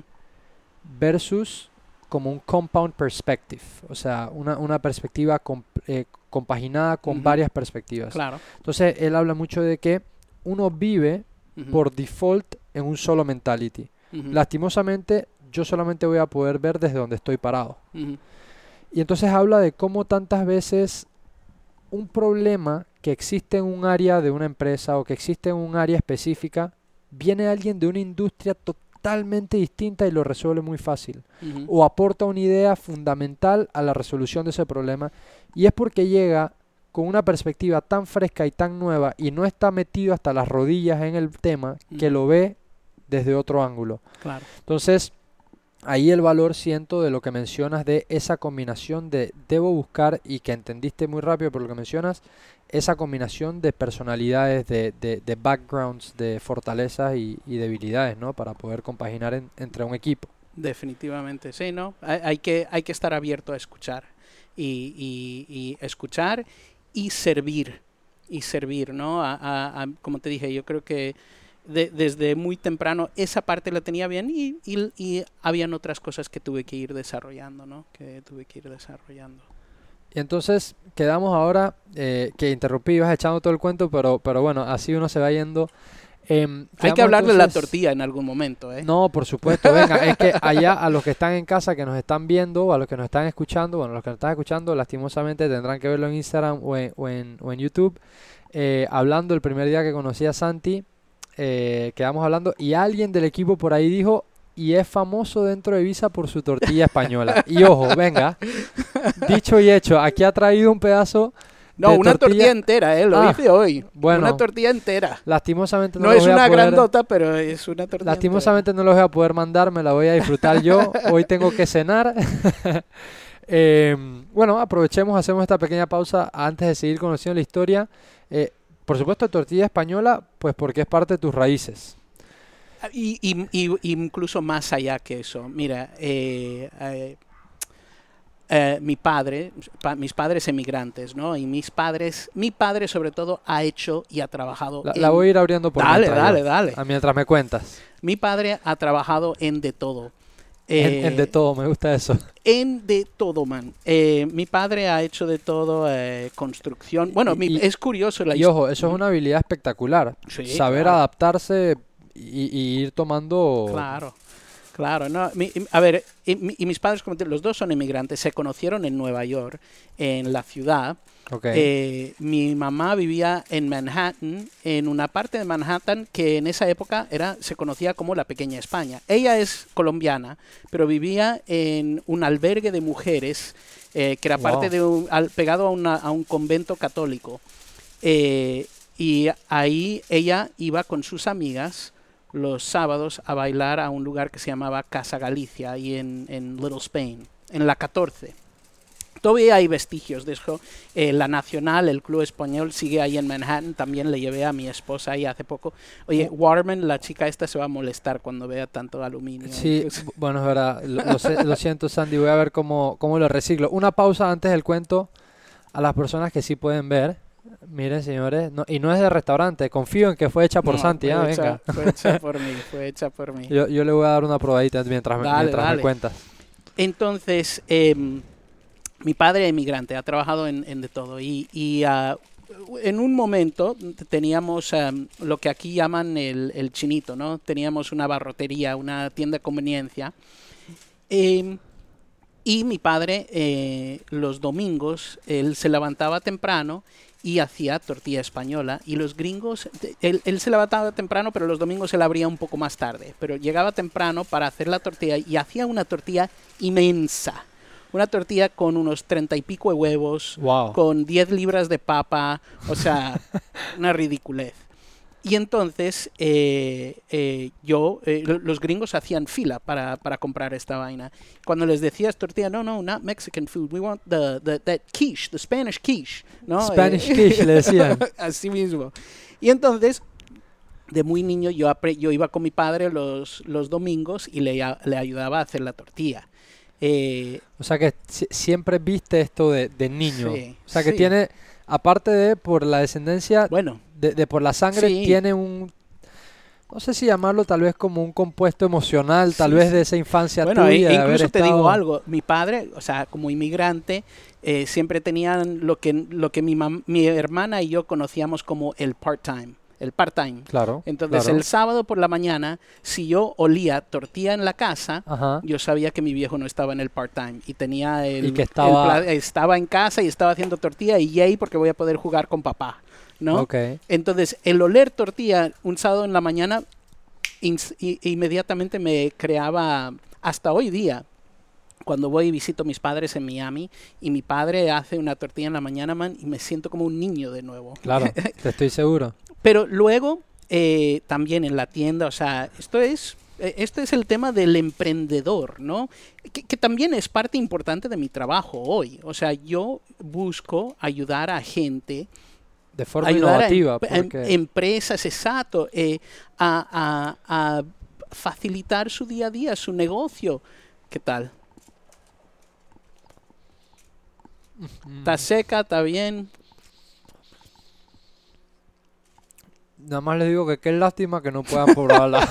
versus como un compound perspective, o sea, una perspectiva compaginada con varias perspectivas. Claro. Entonces, él habla mucho de que uno vive por default en un solo mentality. Lastimosamente, yo solamente voy a poder ver desde donde estoy parado. Y entonces habla de cómo tantas veces un problema que existe en un área de una empresa o que existe en un área específica, viene alguien de una industria totalmente distinta y lo resuelve muy fácil. O aporta una idea fundamental a la resolución de ese problema. Y es porque llega con una perspectiva tan fresca y tan nueva y no está metido hasta las rodillas en el tema, que lo ve desde otro ángulo. Claro. Entonces, ahí el valor, siento, de lo que mencionas, de esa combinación de debo buscar, y que entendiste muy rápido por lo que mencionas, esa combinación de personalidades, de backgrounds, de fortalezas y debilidades, ¿no? Para poder compaginar entre un equipo. Definitivamente, sí, ¿no? Hay que estar abierto a escuchar y escuchar y servir, ¿no? Como te dije, yo creo que desde muy temprano esa parte la tenía bien y habían otras cosas que tuve que ir desarrollando, ¿no? Y entonces quedamos ahora, que interrumpí, ibas echando todo el cuento, pero bueno, así uno se va yendo. Hay que hablar de la tortilla en algún momento, ¿eh? No, por supuesto, venga, es que allá a los que están en casa, que nos están viendo, o a los que nos están escuchando, bueno, los que nos están escuchando, lastimosamente tendrán que verlo en Instagram o en YouTube, hablando el primer día que conocí a Santi, quedamos hablando y alguien del equipo por ahí dijo, y es famoso dentro de Visa por su tortilla española. Y ojo, venga, dicho y hecho, aquí ha traído un pedazo. No, una tortilla entera, lo hice hoy. Bueno, una tortilla entera. Lastimosamente no es una grandota, pero es una tortilla lastimosamente entera. No los voy a poder mandar, me la voy a disfrutar yo. Hoy tengo que cenar. Bueno, aprovechemos, hacemos esta pequeña pausa antes de seguir conociendo la historia. Por supuesto, tortilla española, pues porque es parte de tus raíces. Y incluso más allá que eso. Mira, mis padres emigrantes, ¿no? Y mi padre sobre todo ha hecho y ha trabajado. La voy a ir abriendo por dale. Mientras me cuentas. Mi padre ha trabajado en de todo. En de todo, me gusta eso. En de todo, man. Mi padre ha hecho de todo, construcción. Bueno, es curioso la historia. Y ojo, eso es una habilidad espectacular. Sí, saber adaptarse y ir tomando. Claro. Claro, no. A ver, y mis padres, como los dos son inmigrantes, se conocieron en Nueva York, en la ciudad. Ok. Mi mamá vivía en Manhattan, en una parte de Manhattan que en esa época se conocía como la Pequeña España. Ella es colombiana, pero vivía en un albergue de mujeres que era parte Wow. de pegado a un convento católico. Y ahí ella iba con sus amigas los sábados a bailar a un lugar que se llamaba Casa Galicia, ahí en Little Spain, en la 14. Todavía hay vestigios de eso. La Nacional, el club español, sigue ahí en Manhattan. También le llevé a mi esposa ahí hace poco. Oye, Waterman, la chica esta, se va a molestar cuando vea tanto aluminio. Sí, bueno, es verdad. Lo siento, Sandy. Voy a ver cómo lo reciclo. Una pausa antes del cuento a las personas que sí pueden ver. Miren, señores, y no es de restaurante. Confío en que fue hecha por No, Santi. Venga. fue hecha por mí, fue hecha por mí. Yo le voy a dar una probadita mientras me Dale. cuentas. Entonces, mi padre es inmigrante, ha trabajado en de todo. En un momento teníamos lo que aquí llaman el chinito, ¿no? Teníamos una barrotería, una tienda de conveniencia. Y mi padre, los domingos, él se levantaba temprano y hacía tortilla española. Y los gringos, él se levantaba temprano, pero los domingos él abría un poco más tarde. Pero llegaba temprano para hacer la tortilla y hacía una tortilla inmensa. Una tortilla con unos 30 y pico de huevos, Wow. con 10 libras de papa, o sea, una ridiculez. Y entonces los gringos hacían fila para comprar esta vaina. Cuando les decías tortilla, no, not Mexican food, we want that quiche, the Spanish quiche, ¿no? Spanish quiche, le decían. Así mismo. Y entonces, de muy niño, yo iba con mi padre los domingos y le ayudaba a hacer la tortilla. O sea que siempre viste esto de niño. Sí, O sea que sí. tiene, aparte de por la descendencia, Bueno, de por la sangre, sí. tiene no sé si llamarlo tal vez como un compuesto emocional, tal Sí, vez sí. de esa infancia Bueno, tuya, de haber incluso te digo estado... algo, mi padre, o sea, como inmigrante, siempre tenían lo que mi hermana y yo conocíamos como el part-time. Claro, Entonces, claro. el sábado por la mañana, si yo olía tortilla en la casa, Ajá. yo sabía que mi viejo no estaba en el part-time y tenía Y que estaba... estaba en casa y estaba haciendo tortilla y yay porque voy a poder jugar con papá, ¿no? Ok. Entonces, el oler tortilla un sábado en la mañana inmediatamente me creaba, hasta hoy día, cuando voy y visito a mis padres en Miami y mi padre hace una tortilla en la mañana, man, y me siento como un niño de nuevo. Claro, te estoy seguro. Pero luego, también en la tienda, o sea, este es el tema del emprendedor, ¿no? Que también es parte importante de mi trabajo hoy. O sea, yo busco ayudar a gente, De forma ayudar innovativa, a porque... empresas, exacto, a facilitar su día a día, su negocio. ¿Qué tal? ¿Está seca? ¿Está bien? Nada más les digo que qué lástima que no puedan probarla.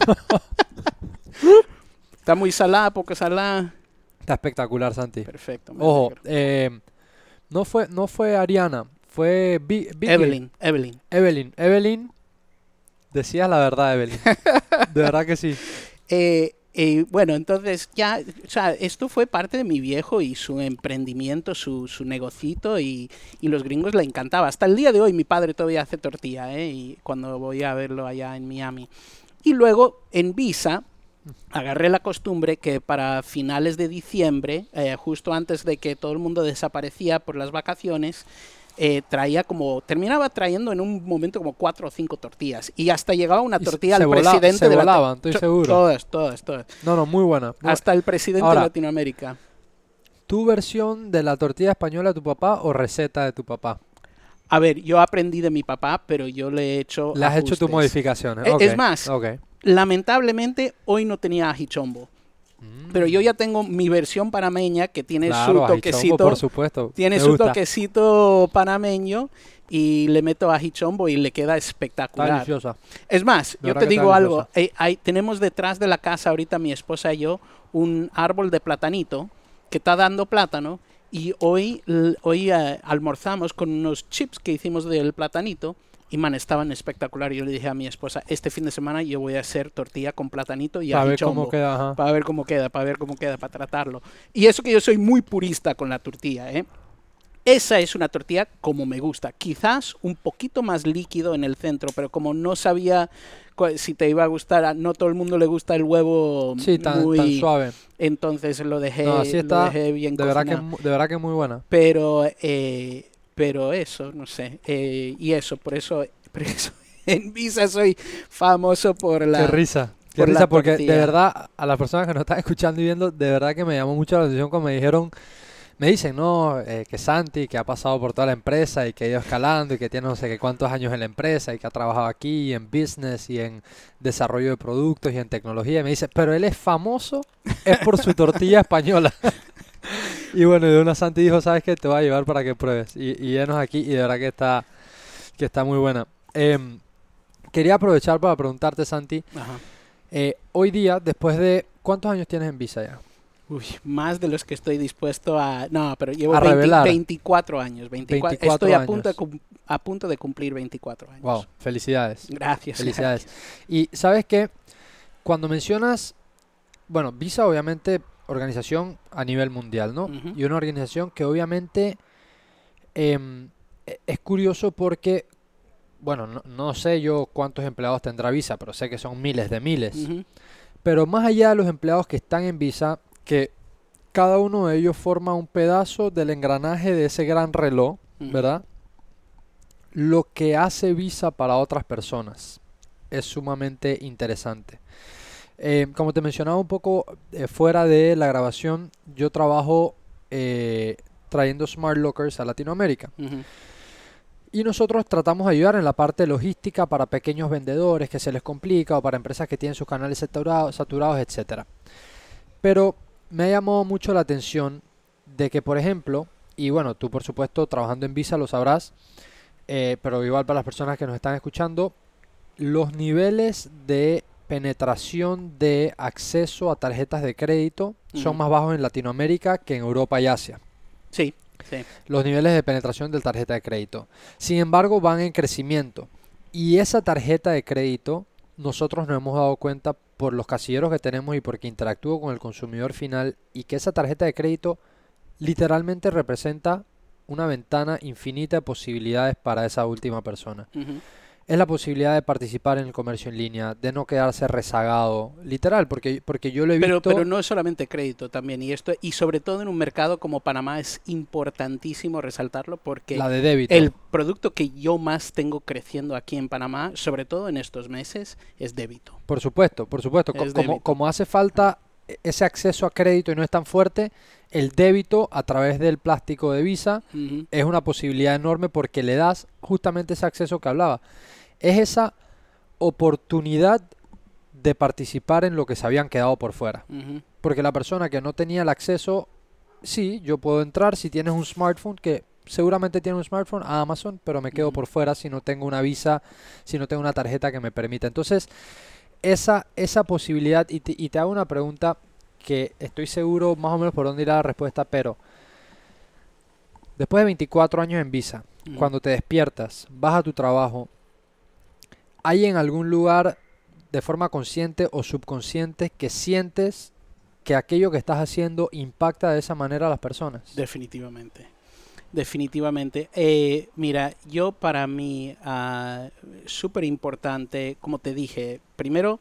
¿Está muy salada, poco salada? Está espectacular, Santi. Perfecto. me Ojo, alegro. no fue Ariana, fue Vicky. Evelyn. Evelyn, decías la verdad, Evelyn. De verdad que sí. Bueno, entonces ya, o sea, esto fue parte de mi viejo y su emprendimiento, su negocito y los gringos le encantaba. Hasta el día de hoy mi padre todavía hace tortilla, y cuando voy a verlo allá en Miami. Y luego en Visa agarré la costumbre que para finales de diciembre, justo antes de que todo el mundo desaparecía por las vacaciones, terminaba trayendo en un momento como 4 o 5 tortillas y hasta llegaba una Y tortilla se al presidente se de volaban, estoy seguro. Todas. No, muy buena. Hasta el presidente Ahora, de Latinoamérica. ¿Tu versión de la tortilla española de tu papá o receta de tu papá? A ver, yo aprendí de mi papá, pero yo le he hecho Le has hecho tus ajustes. modificaciones. Es Ok, más, ok. lamentablemente hoy no tenía ajichombo, pero yo ya tengo mi versión panameña que tiene Claro, su ajichombo, toquecito, por supuesto. tiene Me su gusta. toquecito panameño y le meto ajichombo y le queda Está espectacular. deliciosa. Es más, De yo verdad te que está digo algo, deliciosa. tenemos detrás de la casa ahorita mi esposa y yo un árbol de platanito que está dando plátano y hoy almorzamos con unos chips que hicimos del platanito Y man, estaban espectacular. Yo le dije a mi esposa, este fin de semana yo voy a hacer tortilla con platanito y Para ají ver cómo chombo. queda, ajá. Para ver cómo queda, para ver cómo queda, para tratarlo. Y eso que yo soy muy purista con la tortilla, ¿eh? Esa es una tortilla como me gusta. Quizás un poquito más líquido en el centro, pero como no sabía si te iba a gustar, no todo el mundo le gusta el huevo Sí, tan suave. Entonces lo dejé, No, así está, lo dejé bien de verdad cocinado. de verdad que es muy buena. Pero eso, no sé. Y eso, por eso en Visa soy famoso por Qué risa. Qué por la risa, porque tortilla. de verdad, a las personas que nos están escuchando y viendo, de verdad que me llamó mucho la atención cuando me dicen, no, que Santi, que ha pasado por toda la empresa y que ha ido escalando y que tiene no sé qué cuántos años en la empresa y que ha trabajado aquí en business y en desarrollo de productos y en tecnología. Y me dice, pero él es famoso, es por su tortilla española. Y bueno, de una Santi dijo, ¿sabes qué? Te voy a llevar para que pruebes. Y venos aquí y de verdad que está muy buena. Quería aprovechar para preguntarte, Santi, Ajá. hoy día, después de, ¿cuántos años tienes en Visa ya? Uy, más de los que estoy dispuesto a... No, pero llevo A revelar. 24 años. 24 estoy a años. a punto de cumplir 24 años. Wow, felicidades. Gracias. Felicidades. Y ¿sabes qué? Cuando mencionas, bueno, Visa obviamente organización a nivel mundial, ¿no? Ujú. Y una organización que obviamente es curioso porque, bueno, no sé yo cuántos empleados tendrá Visa, pero sé que son miles de miles. Ujú. Pero más allá de los empleados que están en Visa, que cada uno de ellos forma un pedazo del engranaje de ese gran reloj, Ujú. ¿verdad? Lo que hace Visa para otras personas es sumamente interesante. Como te mencionaba un poco fuera de la grabación, yo trabajo trayendo Smart Lockers a Latinoamérica. Ujú. Y nosotros tratamos de ayudar en la parte logística para pequeños vendedores que se les complica o para empresas que tienen sus canales saturados, etcétera. Pero me ha llamado mucho la atención de que, por ejemplo, y bueno, tú por supuesto trabajando en Visa lo sabrás, pero igual para las personas que nos están escuchando, los niveles de penetración de acceso a tarjetas de crédito son Ujú. más bajos en Latinoamérica que en Europa y Asia. Sí, sí. Los niveles de penetración de tarjeta de crédito. Sin embargo, van en crecimiento. Y esa tarjeta de crédito, nosotros nos hemos dado cuenta por los casilleros que tenemos y porque interactúo con el consumidor final y que esa tarjeta de crédito literalmente representa una ventana infinita de posibilidades para esa última persona. Ujú. Es la posibilidad de participar en el comercio en línea, de no quedarse rezagado, literal, porque yo lo he visto. Pero no es solamente crédito también, y sobre todo en un mercado como Panamá es importantísimo resaltarlo porque La de débito. el producto que yo más tengo creciendo aquí en Panamá, sobre todo en estos meses, es débito. Por supuesto. Es débito. Como hace falta ese acceso a crédito y no es tan fuerte, el débito a través del plástico de Visa Ujú. es una posibilidad enorme porque le das justamente ese acceso que hablaba. Es esa oportunidad de participar en lo que se habían quedado por fuera. Ujú. Porque la persona que no tenía el acceso, sí, yo puedo entrar si tienes un smartphone, que seguramente tiene un smartphone, a Amazon, pero me quedo Ujú. por fuera si no tengo una Visa, si no tengo una tarjeta que me permita. Entonces, esa posibilidad, y te hago una pregunta que estoy seguro más o menos por dónde irá la respuesta, pero después de 24 años en Visa, Ujú. cuando te despiertas, vas a tu trabajo, ¿hay en algún lugar de forma consciente o subconsciente que sientes que aquello que estás haciendo impacta de esa manera a las personas? Definitivamente. Definitivamente. Mira, yo para mí, súper importante, como te dije, primero,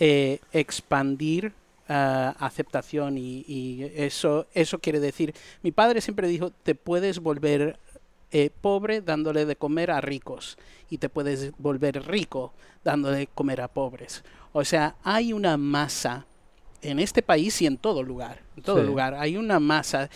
expandir aceptación y eso quiere decir, mi padre siempre dijo, te puedes volver pobre dándole de comer a ricos y te puedes volver rico dándole de comer a pobres. O sea, hay una masa en este país y en todo lugar, Sí. hay una masa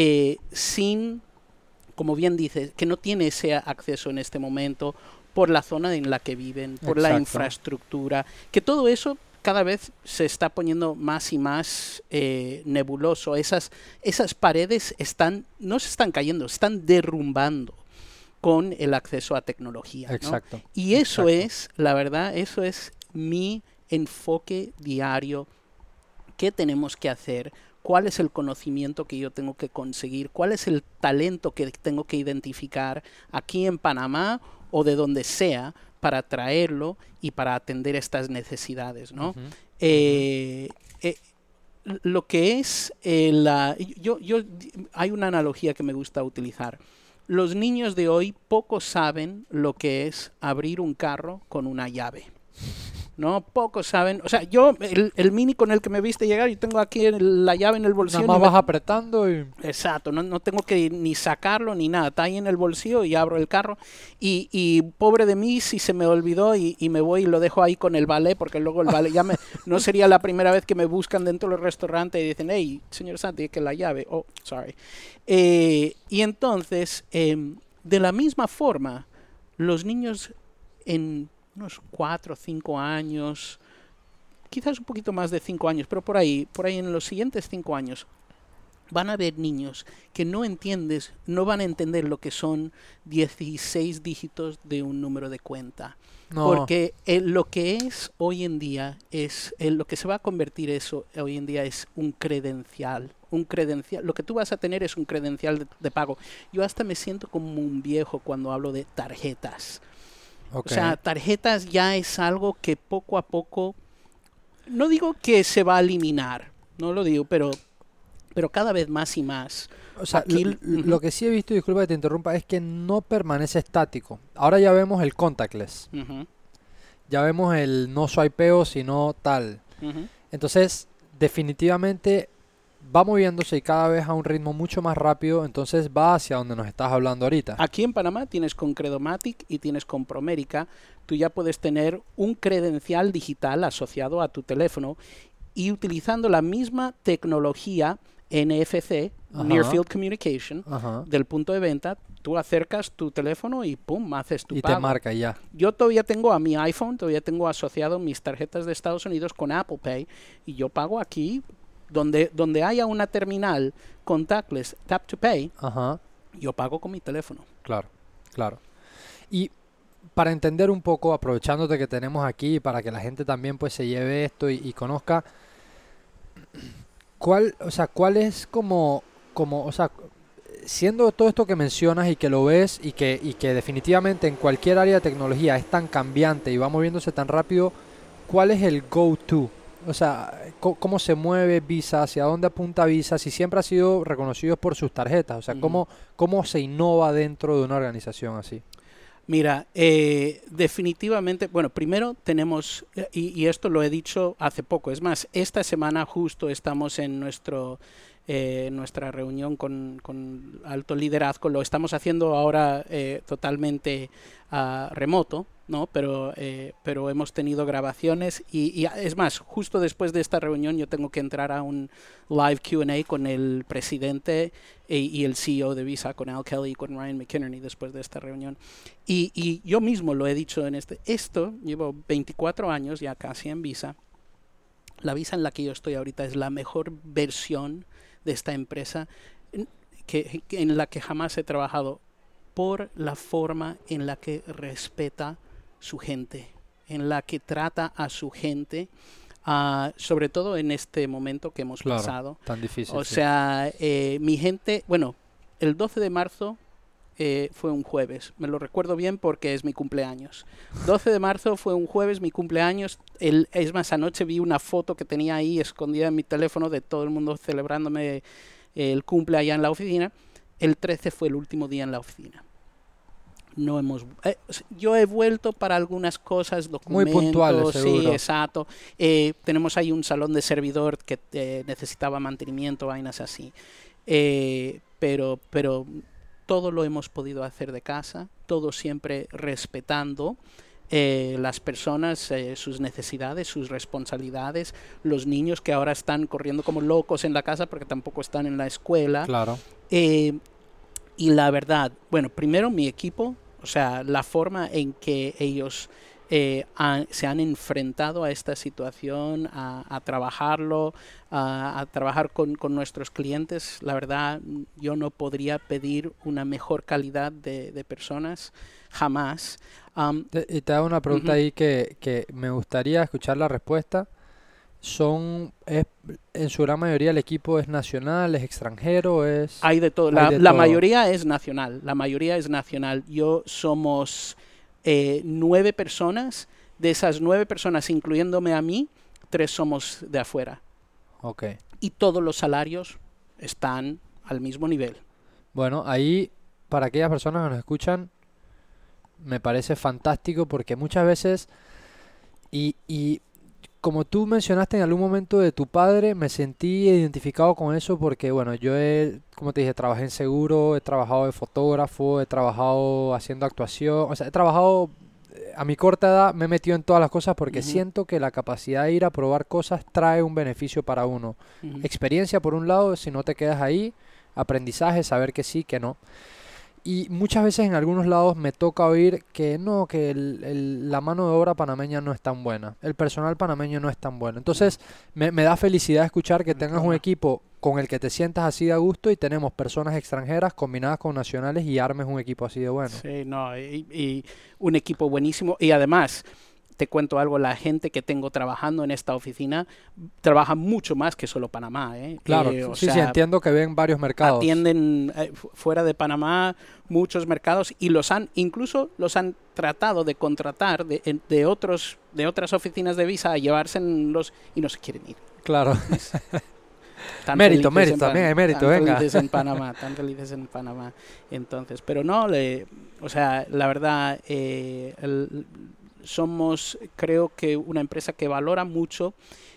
sin, como bien dices, que no tiene ese acceso en este momento por la zona en la que viven, por la Exacto. infraestructura, que todo eso cada vez se está poniendo más y más nebuloso. Esas paredes no se están cayendo, están derrumbando con el acceso a tecnología, ¿no? Exacto. Y eso Exacto. es, la verdad, eso es mi enfoque diario. ¿Qué tenemos que hacer? ¿Cuál es el conocimiento que yo tengo que conseguir? ¿Cuál es el talento que tengo que identificar aquí en Panamá o de donde sea para traerlo y para atender estas necesidades, ¿no? Ujú, ujú. Eh, eh, lo que es hay una analogía que me gusta utilizar. Los niños de hoy poco saben lo que es abrir un carro con una llave. No, pocos saben. O sea, el Mini con el que me viste llegar, yo tengo aquí la llave en el bolsillo. Nada más vas apretando y... Exacto, no tengo que ni sacarlo ni nada. Está ahí en el bolsillo y abro el carro. Y pobre de mí si se me olvidó y me voy y lo dejo ahí con el valet, porque luego el valet no sería la primera vez que me buscan dentro del restaurante y dicen, hey, señor Santi, que la llave. Oh, sorry. Y entonces, de la misma forma, los niños en unos 4 o 5 años, quizás un poquito más de 5 años, pero por ahí en los siguientes 5 años, van a haber niños que no van a entender lo que son 16 dígitos de un número de cuenta. No. Porque lo que es hoy en día lo que se va a convertir eso hoy en día es un credencial. Lo que tú vas a tener es un credencial de pago. Yo hasta me siento como un viejo cuando hablo de tarjetas. Okay. O sea, tarjetas ya es algo que poco a poco, no digo que se va a eliminar, no lo digo, pero cada vez más y más. O sea, lo que sí he visto, disculpa que te interrumpa, es que no permanece estático. Ahora ya vemos el contactless. Ya vemos el no swipeo, sino tal. Entonces, definitivamente va moviéndose y cada vez a un ritmo mucho más rápido, entonces va hacia donde nos estás hablando ahorita. Aquí en Panamá tienes con Credomatic y tienes con Promérica, tú ya puedes tener un credencial digital asociado a tu teléfono y utilizando la misma tecnología NFC, Near Field Communication, del punto de venta, tú acercas tu teléfono y pum, haces tu pago. Y te marca ya. Yo todavía tengo a mi iPhone, todavía tengo asociado mis tarjetas de Estados Unidos con Apple Pay y yo pago aquí. Donde haya una terminal contactless, tap to pay, yo pago con mi teléfono. Claro, claro. Y para entender un poco, aprovechándote que tenemos aquí, para que la gente también pues se lleve esto y conozca, ¿cuál es como, o sea, siendo todo esto que mencionas y que lo ves y que definitivamente en cualquier área de tecnología es tan cambiante y va moviéndose tan rápido, ¿cuál es el go-to? O sea, ¿cómo se mueve Visa? ¿Hacia dónde apunta Visa? Si siempre ha sido reconocido por sus tarjetas. O sea, ¿cómo se innova dentro de una organización así? Mira, definitivamente, bueno, primero tenemos, y esto lo he dicho hace poco, es más, esta semana justo estamos en nuestra reunión con alto liderazgo, lo estamos haciendo ahora totalmente remoto, ¿no? Pero hemos tenido grabaciones y es más, justo después de esta reunión yo tengo que entrar a un live Q&A con el presidente y el CEO de Visa, con Al Kelly y con Ryan McInerney después de esta reunión. Y yo mismo lo he dicho esto llevo 24 años ya casi en Visa. La Visa en la que yo estoy ahorita es la mejor versión de esta empresa en la que jamás he trabajado, por la forma en la que respeta su gente, en la que trata a su gente, sobre todo en este momento que hemos pasado. Tan difícil. O sea, mi gente, bueno, el 12 de marzo fue un jueves, me lo recuerdo bien porque es mi cumpleaños. 12 de marzo fue un jueves, mi cumpleaños. Es más, anoche vi una foto que tenía ahí escondida en mi teléfono de todo el mundo celebrándome el cumple allá en la oficina. El 13 fue el último día en la oficina. Yo he vuelto para algunas cosas, documentos. Muy puntuales, seguro. Sí, exacto. Tenemos ahí un salón de servidor que necesitaba mantenimiento, vainas así. Pero todo lo hemos podido hacer de casa, todo siempre respetando las personas, sus necesidades, sus responsabilidades, los niños que ahora están corriendo como locos en la casa porque tampoco están en la escuela. Claro. Y la verdad, bueno, primero mi equipo, o sea, la forma en que ellos se han enfrentado a esta situación, a trabajarlo, a trabajar con nuestros clientes, la verdad, yo no podría pedir una mejor calidad de personas, jamás. Y te hago una pregunta ahí que me gustaría escuchar la respuesta. En su gran mayoría el equipo es nacional, es extranjero, Hay de todo. La mayoría es nacional. La mayoría es nacional. Somos 9 personas. De esas 9 personas, incluyéndome a mí, 3 somos de afuera. Ok. Y todos los salarios están al mismo nivel. Bueno, ahí, para aquellas personas que nos escuchan, me parece fantástico porque muchas veces, y como tú mencionaste en algún momento de tu padre, me sentí identificado con eso porque, bueno, como te dije, trabajé en seguro, he trabajado de fotógrafo, he trabajado haciendo actuación, o sea, he trabajado, a mi corta edad, me he metido en todas las cosas porque Ujú, siento que la capacidad de ir a probar cosas trae un beneficio para uno. ujú. Experiencia por un lado, si no te quedas ahí, aprendizaje, saber que sí, que no. Y muchas veces en algunos lados me toca oír que no, que la mano de obra panameña no es tan buena, el personal panameño no es tan bueno. Entonces me da felicidad escuchar que tengas un Toma. equipo con el que te sientas así de a gusto y tenemos personas extranjeras combinadas con nacionales y armes un equipo así de bueno. Sí, no, y un equipo buenísimo. Y además, te cuento algo, la gente que tengo trabajando en esta oficina trabaja mucho más que solo Panamá, ¿eh? Claro, O sí, sí, sea, entiendo que ven varios mercados. atienden fuera de Panamá muchos mercados y incluso los han tratado de contratar de otras oficinas de visa a llevarse y no se quieren ir. Claro. Tan Mérito, felices mérito, también hay mérito, tan venga. felices en Panamá, tan felices en Panamá. Entonces, pero no, o sea, la verdad, somos, creo que una empresa que valora mucho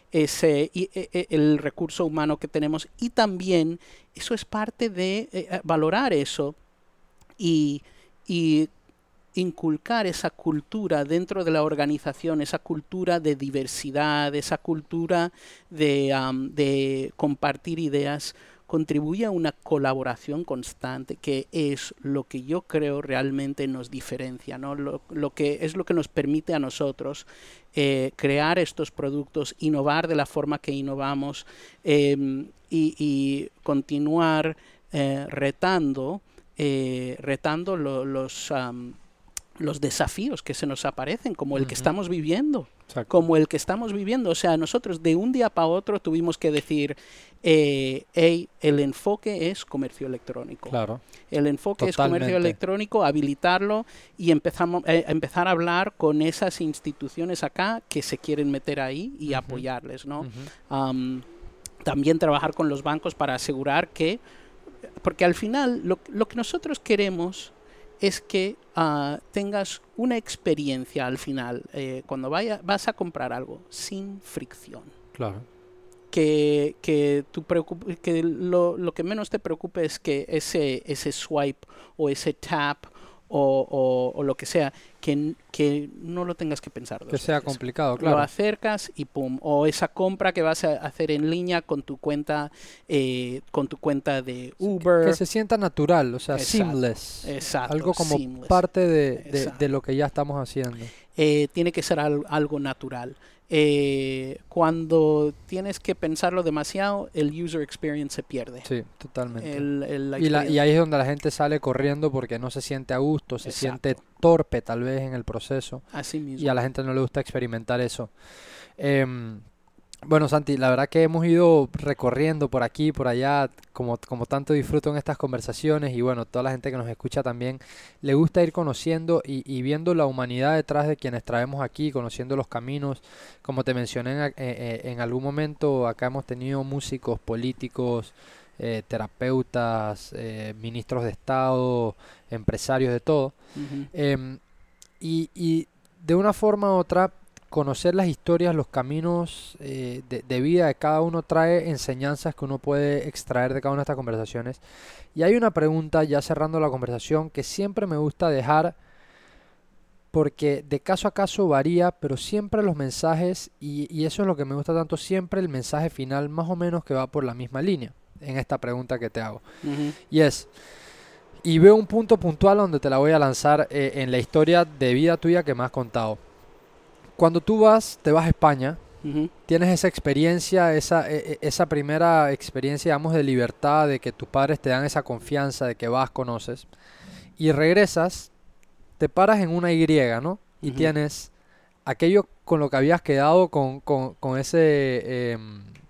el recurso humano que tenemos y también eso es parte de valorar eso y, y inculcar esa cultura dentro de la organización, esa cultura de diversidad, esa cultura de compartir ideas, contribuye a una colaboración constante, que es lo que yo creo realmente nos diferencia, ¿no? Lo que es lo que nos permite a nosotros crear estos productos, innovar de la forma que innovamos y continuar retando los desafíos que se nos aparecen, como el que Ujú, estamos viviendo. exacto. Como el que estamos viviendo. O sea, nosotros de un día para otro tuvimos que decir, hey, el enfoque es comercio electrónico. Claro, El enfoque es comercio totalmente. electrónico, habilitarlo y empezar a hablar con esas instituciones acá que se quieren meter ahí y Ujú, apoyarles, ¿no? ujú. También trabajar con los bancos para asegurar que, porque al final lo que nosotros queremos es que tengas una experiencia al final cuando vas a comprar algo sin fricción. Claro. Que lo que menos te preocupe es que ese swipe o ese tap o lo que sea, que no lo tengas que pensar Que dos sea veces. complicado, Lo claro. acercas y pum. O esa compra que vas a hacer en línea con tu cuenta de Sí, que Uber. se sienta natural, o sea, Exacto, seamless. exacto, Algo como seamless. parte de Exacto. lo que ya estamos haciendo. Tiene que ser algo natural. Cuando tienes que pensarlo demasiado, el user experience se pierde. Sí, totalmente. La Y experiencia. ahí es donde la gente sale corriendo porque no se siente a gusto, se siente Exacto. torpe tal vez en el proceso Así y a mismo. la gente no le gusta experimentar eso. Em, Bueno, Santi, la verdad que hemos ido recorriendo por aquí, por allá, como tanto disfruto en estas conversaciones y bueno, toda la gente que nos escucha también le gusta ir conociendo y viendo la humanidad detrás de quienes traemos aquí, conociendo los caminos. Como te mencioné en algún momento, acá hemos tenido músicos, políticos, terapeutas, ministros de Estado, empresarios, de todo. Ujú. Em, y de una forma u otra, conocer las historias, los caminos de vida de cada uno trae enseñanzas que uno puede extraer de cada una de estas conversaciones. Y hay una pregunta, ya cerrando la conversación, que siempre me gusta dejar porque de caso a caso varía, pero siempre los mensajes, y eso es lo que me gusta tanto, siempre el mensaje final más o menos que va por la misma línea en esta pregunta que te hago. Ujú. Y es, y veo un punto puntual donde te la voy a lanzar en la historia de vida tuya que me has contado. Cuando tú te vas a España, Ujú. tienes esa experiencia, esa primera experiencia, digamos, de libertad, de que tus padres te dan esa confianza, de que vas, conoces, y regresas, te paras en una Y, ¿no? Y Ujú. tienes aquello con lo que habías quedado con ese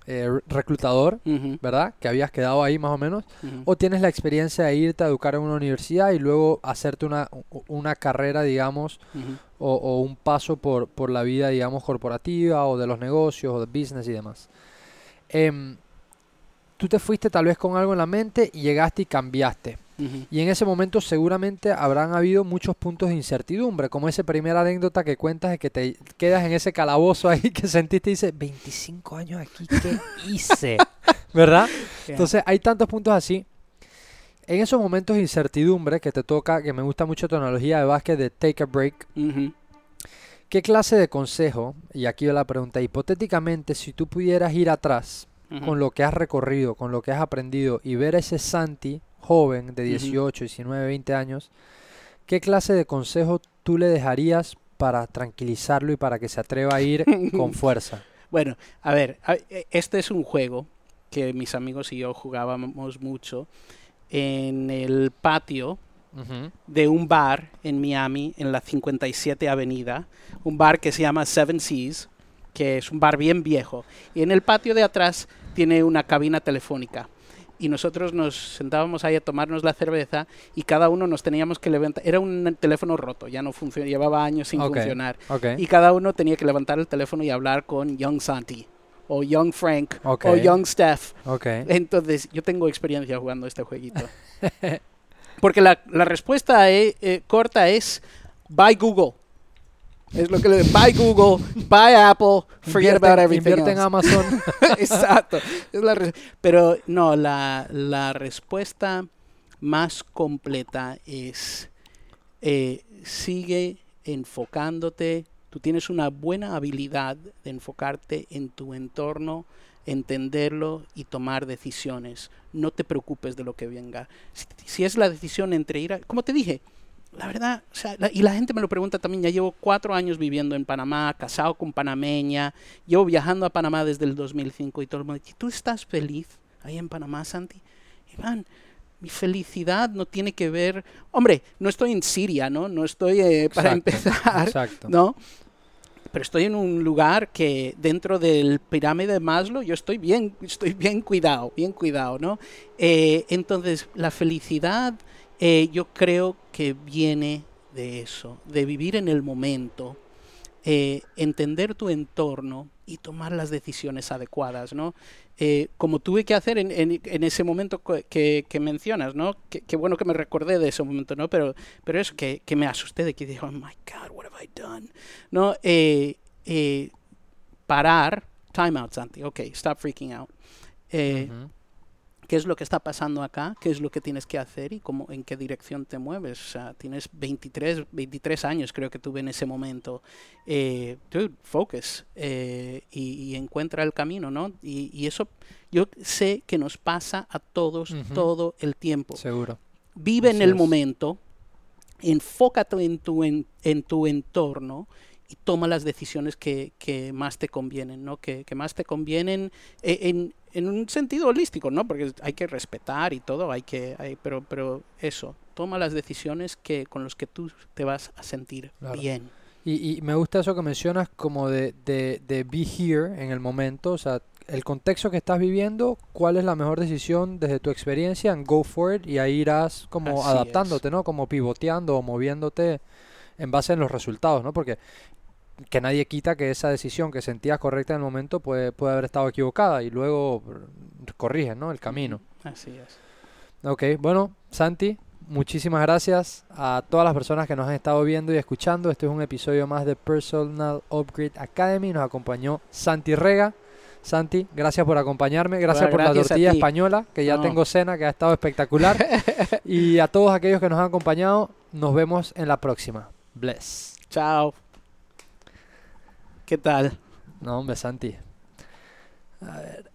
reclutador, Ujú, ¿verdad? Que habías quedado ahí más o menos. ujú, ¿O tienes la experiencia de irte a educar en una universidad y luego hacerte una carrera, digamos, ujú. o un paso por la vida, digamos, corporativa o de los negocios o de business y demás? Em, Tú te fuiste tal vez con algo en la mente y llegaste y cambiaste. Ujú. Y en ese momento seguramente habrán habido muchos puntos de incertidumbre, como esa primera anécdota que cuentas de que te quedas en ese calabozo ahí que sentiste y dices, 25 años aquí, ¿qué hice? ¿Verdad? Yeah. Entonces hay tantos puntos así. En esos momentos de incertidumbre que te toca, que me gusta mucho tu analogía de básquet de take a break, Ujú, ¿qué clase de consejo, y aquí va la pregunta, hipotéticamente, si tú pudieras ir atrás ujú, con lo que has recorrido, con lo que has aprendido y ver a ese Santi joven de ujú. 18, 19, 20 años, ¿qué clase de consejo tú le dejarías para tranquilizarlo y para que se atreva a ir con fuerza? Bueno, a ver, este es un juego que mis amigos y yo jugábamos mucho en el patio Ujú. de un bar en Miami, en la 57 Avenida, un bar que se llama Seven Seas, que es un bar bien viejo. Y en el patio de atrás tiene una cabina telefónica. Y nosotros nos sentábamos ahí a tomarnos la cerveza y cada uno nos teníamos que levantar. Era un teléfono roto, ya no funcionaba, llevaba años sin Ok, funcionar. ok, Y cada uno tenía que levantar el teléfono y hablar con Young Santi, o Young Frank, ok, o Young Steph. ok. Entonces, yo tengo experiencia jugando este jueguito. Porque la respuesta corta es Buy Google. Es lo que le Buy Google, buy Apple, forget about everything Invierte en else. Amazon. Exacto. Pero no, la respuesta más completa es sigue enfocándote. Tú tienes una buena habilidad de enfocarte en tu entorno, entenderlo y tomar decisiones. No te preocupes de lo que venga. Si es la decisión entre ir a... Como te dije, la verdad, o sea, y la gente me lo pregunta también, ya llevo 4 años viviendo en Panamá, casado con panameña, llevo viajando a Panamá desde el 2005 y todo el mundo dice, ¿tú estás feliz ahí en Panamá, Santi? Iván, mi felicidad no tiene que ver, hombre, no estoy en Siria, ¿no? No estoy para Exacto, empezar, exacto. ¿no? Pero estoy en un lugar que dentro del pirámide de Maslow yo estoy bien cuidado, ¿no? Entonces, la felicidad yo creo que viene de eso, de vivir en el momento, entender tu entorno y tomar las decisiones adecuadas, ¿no? Como tuve que hacer en ese momento que mencionas, ¿no? Qué bueno que me recordé de ese momento, ¿no? Pero eso, que me asusté de que dije, oh my God, what have I done? ¿No? Parar, time out, Santi, ok, stop freaking out. Ujú. ¿Qué es lo que está pasando acá? ¿Qué es lo que tienes que hacer y cómo, en qué dirección te mueves? O sea, tienes 23 años creo que tuve en ese momento. Dude, focus y encuentra el camino, ¿no? Y eso yo sé que nos pasa a todos Ujú. todo el tiempo. Seguro. Vive en Así el es. momento, enfócate en tu entorno y toma las decisiones que más te convienen, ¿no? Que más te convienen en un sentido holístico, ¿no? Porque hay que respetar y todo, pero eso, toma las decisiones con las que tú te vas a sentir Claro. bien. Y me gusta eso que mencionas como de be here en el momento, o sea, el contexto que estás viviendo, cuál es la mejor decisión desde tu experiencia, and go for it, y ahí irás como Así es. adaptándote, ¿no? Como pivoteando o moviéndote en base en los resultados, ¿no? Porque que nadie quita que esa decisión que sentías correcta en el momento puede haber estado equivocada y luego corriges, ¿no? El camino. Así es. Ok, bueno, Santi, muchísimas gracias a todas las personas que nos han estado viendo y escuchando. Este es un episodio más de Personal Upgrade Academy. Nos acompañó Santi Rega. Santi, gracias por acompañarme. Gracias por la Gracias a tortilla ti. española, que ya No. tengo cena, que ha estado espectacular. Y a todos aquellos que nos han acompañado, nos vemos en la próxima. Bless. Chao. ¿Qué tal? No, hombre, Santi. A ver.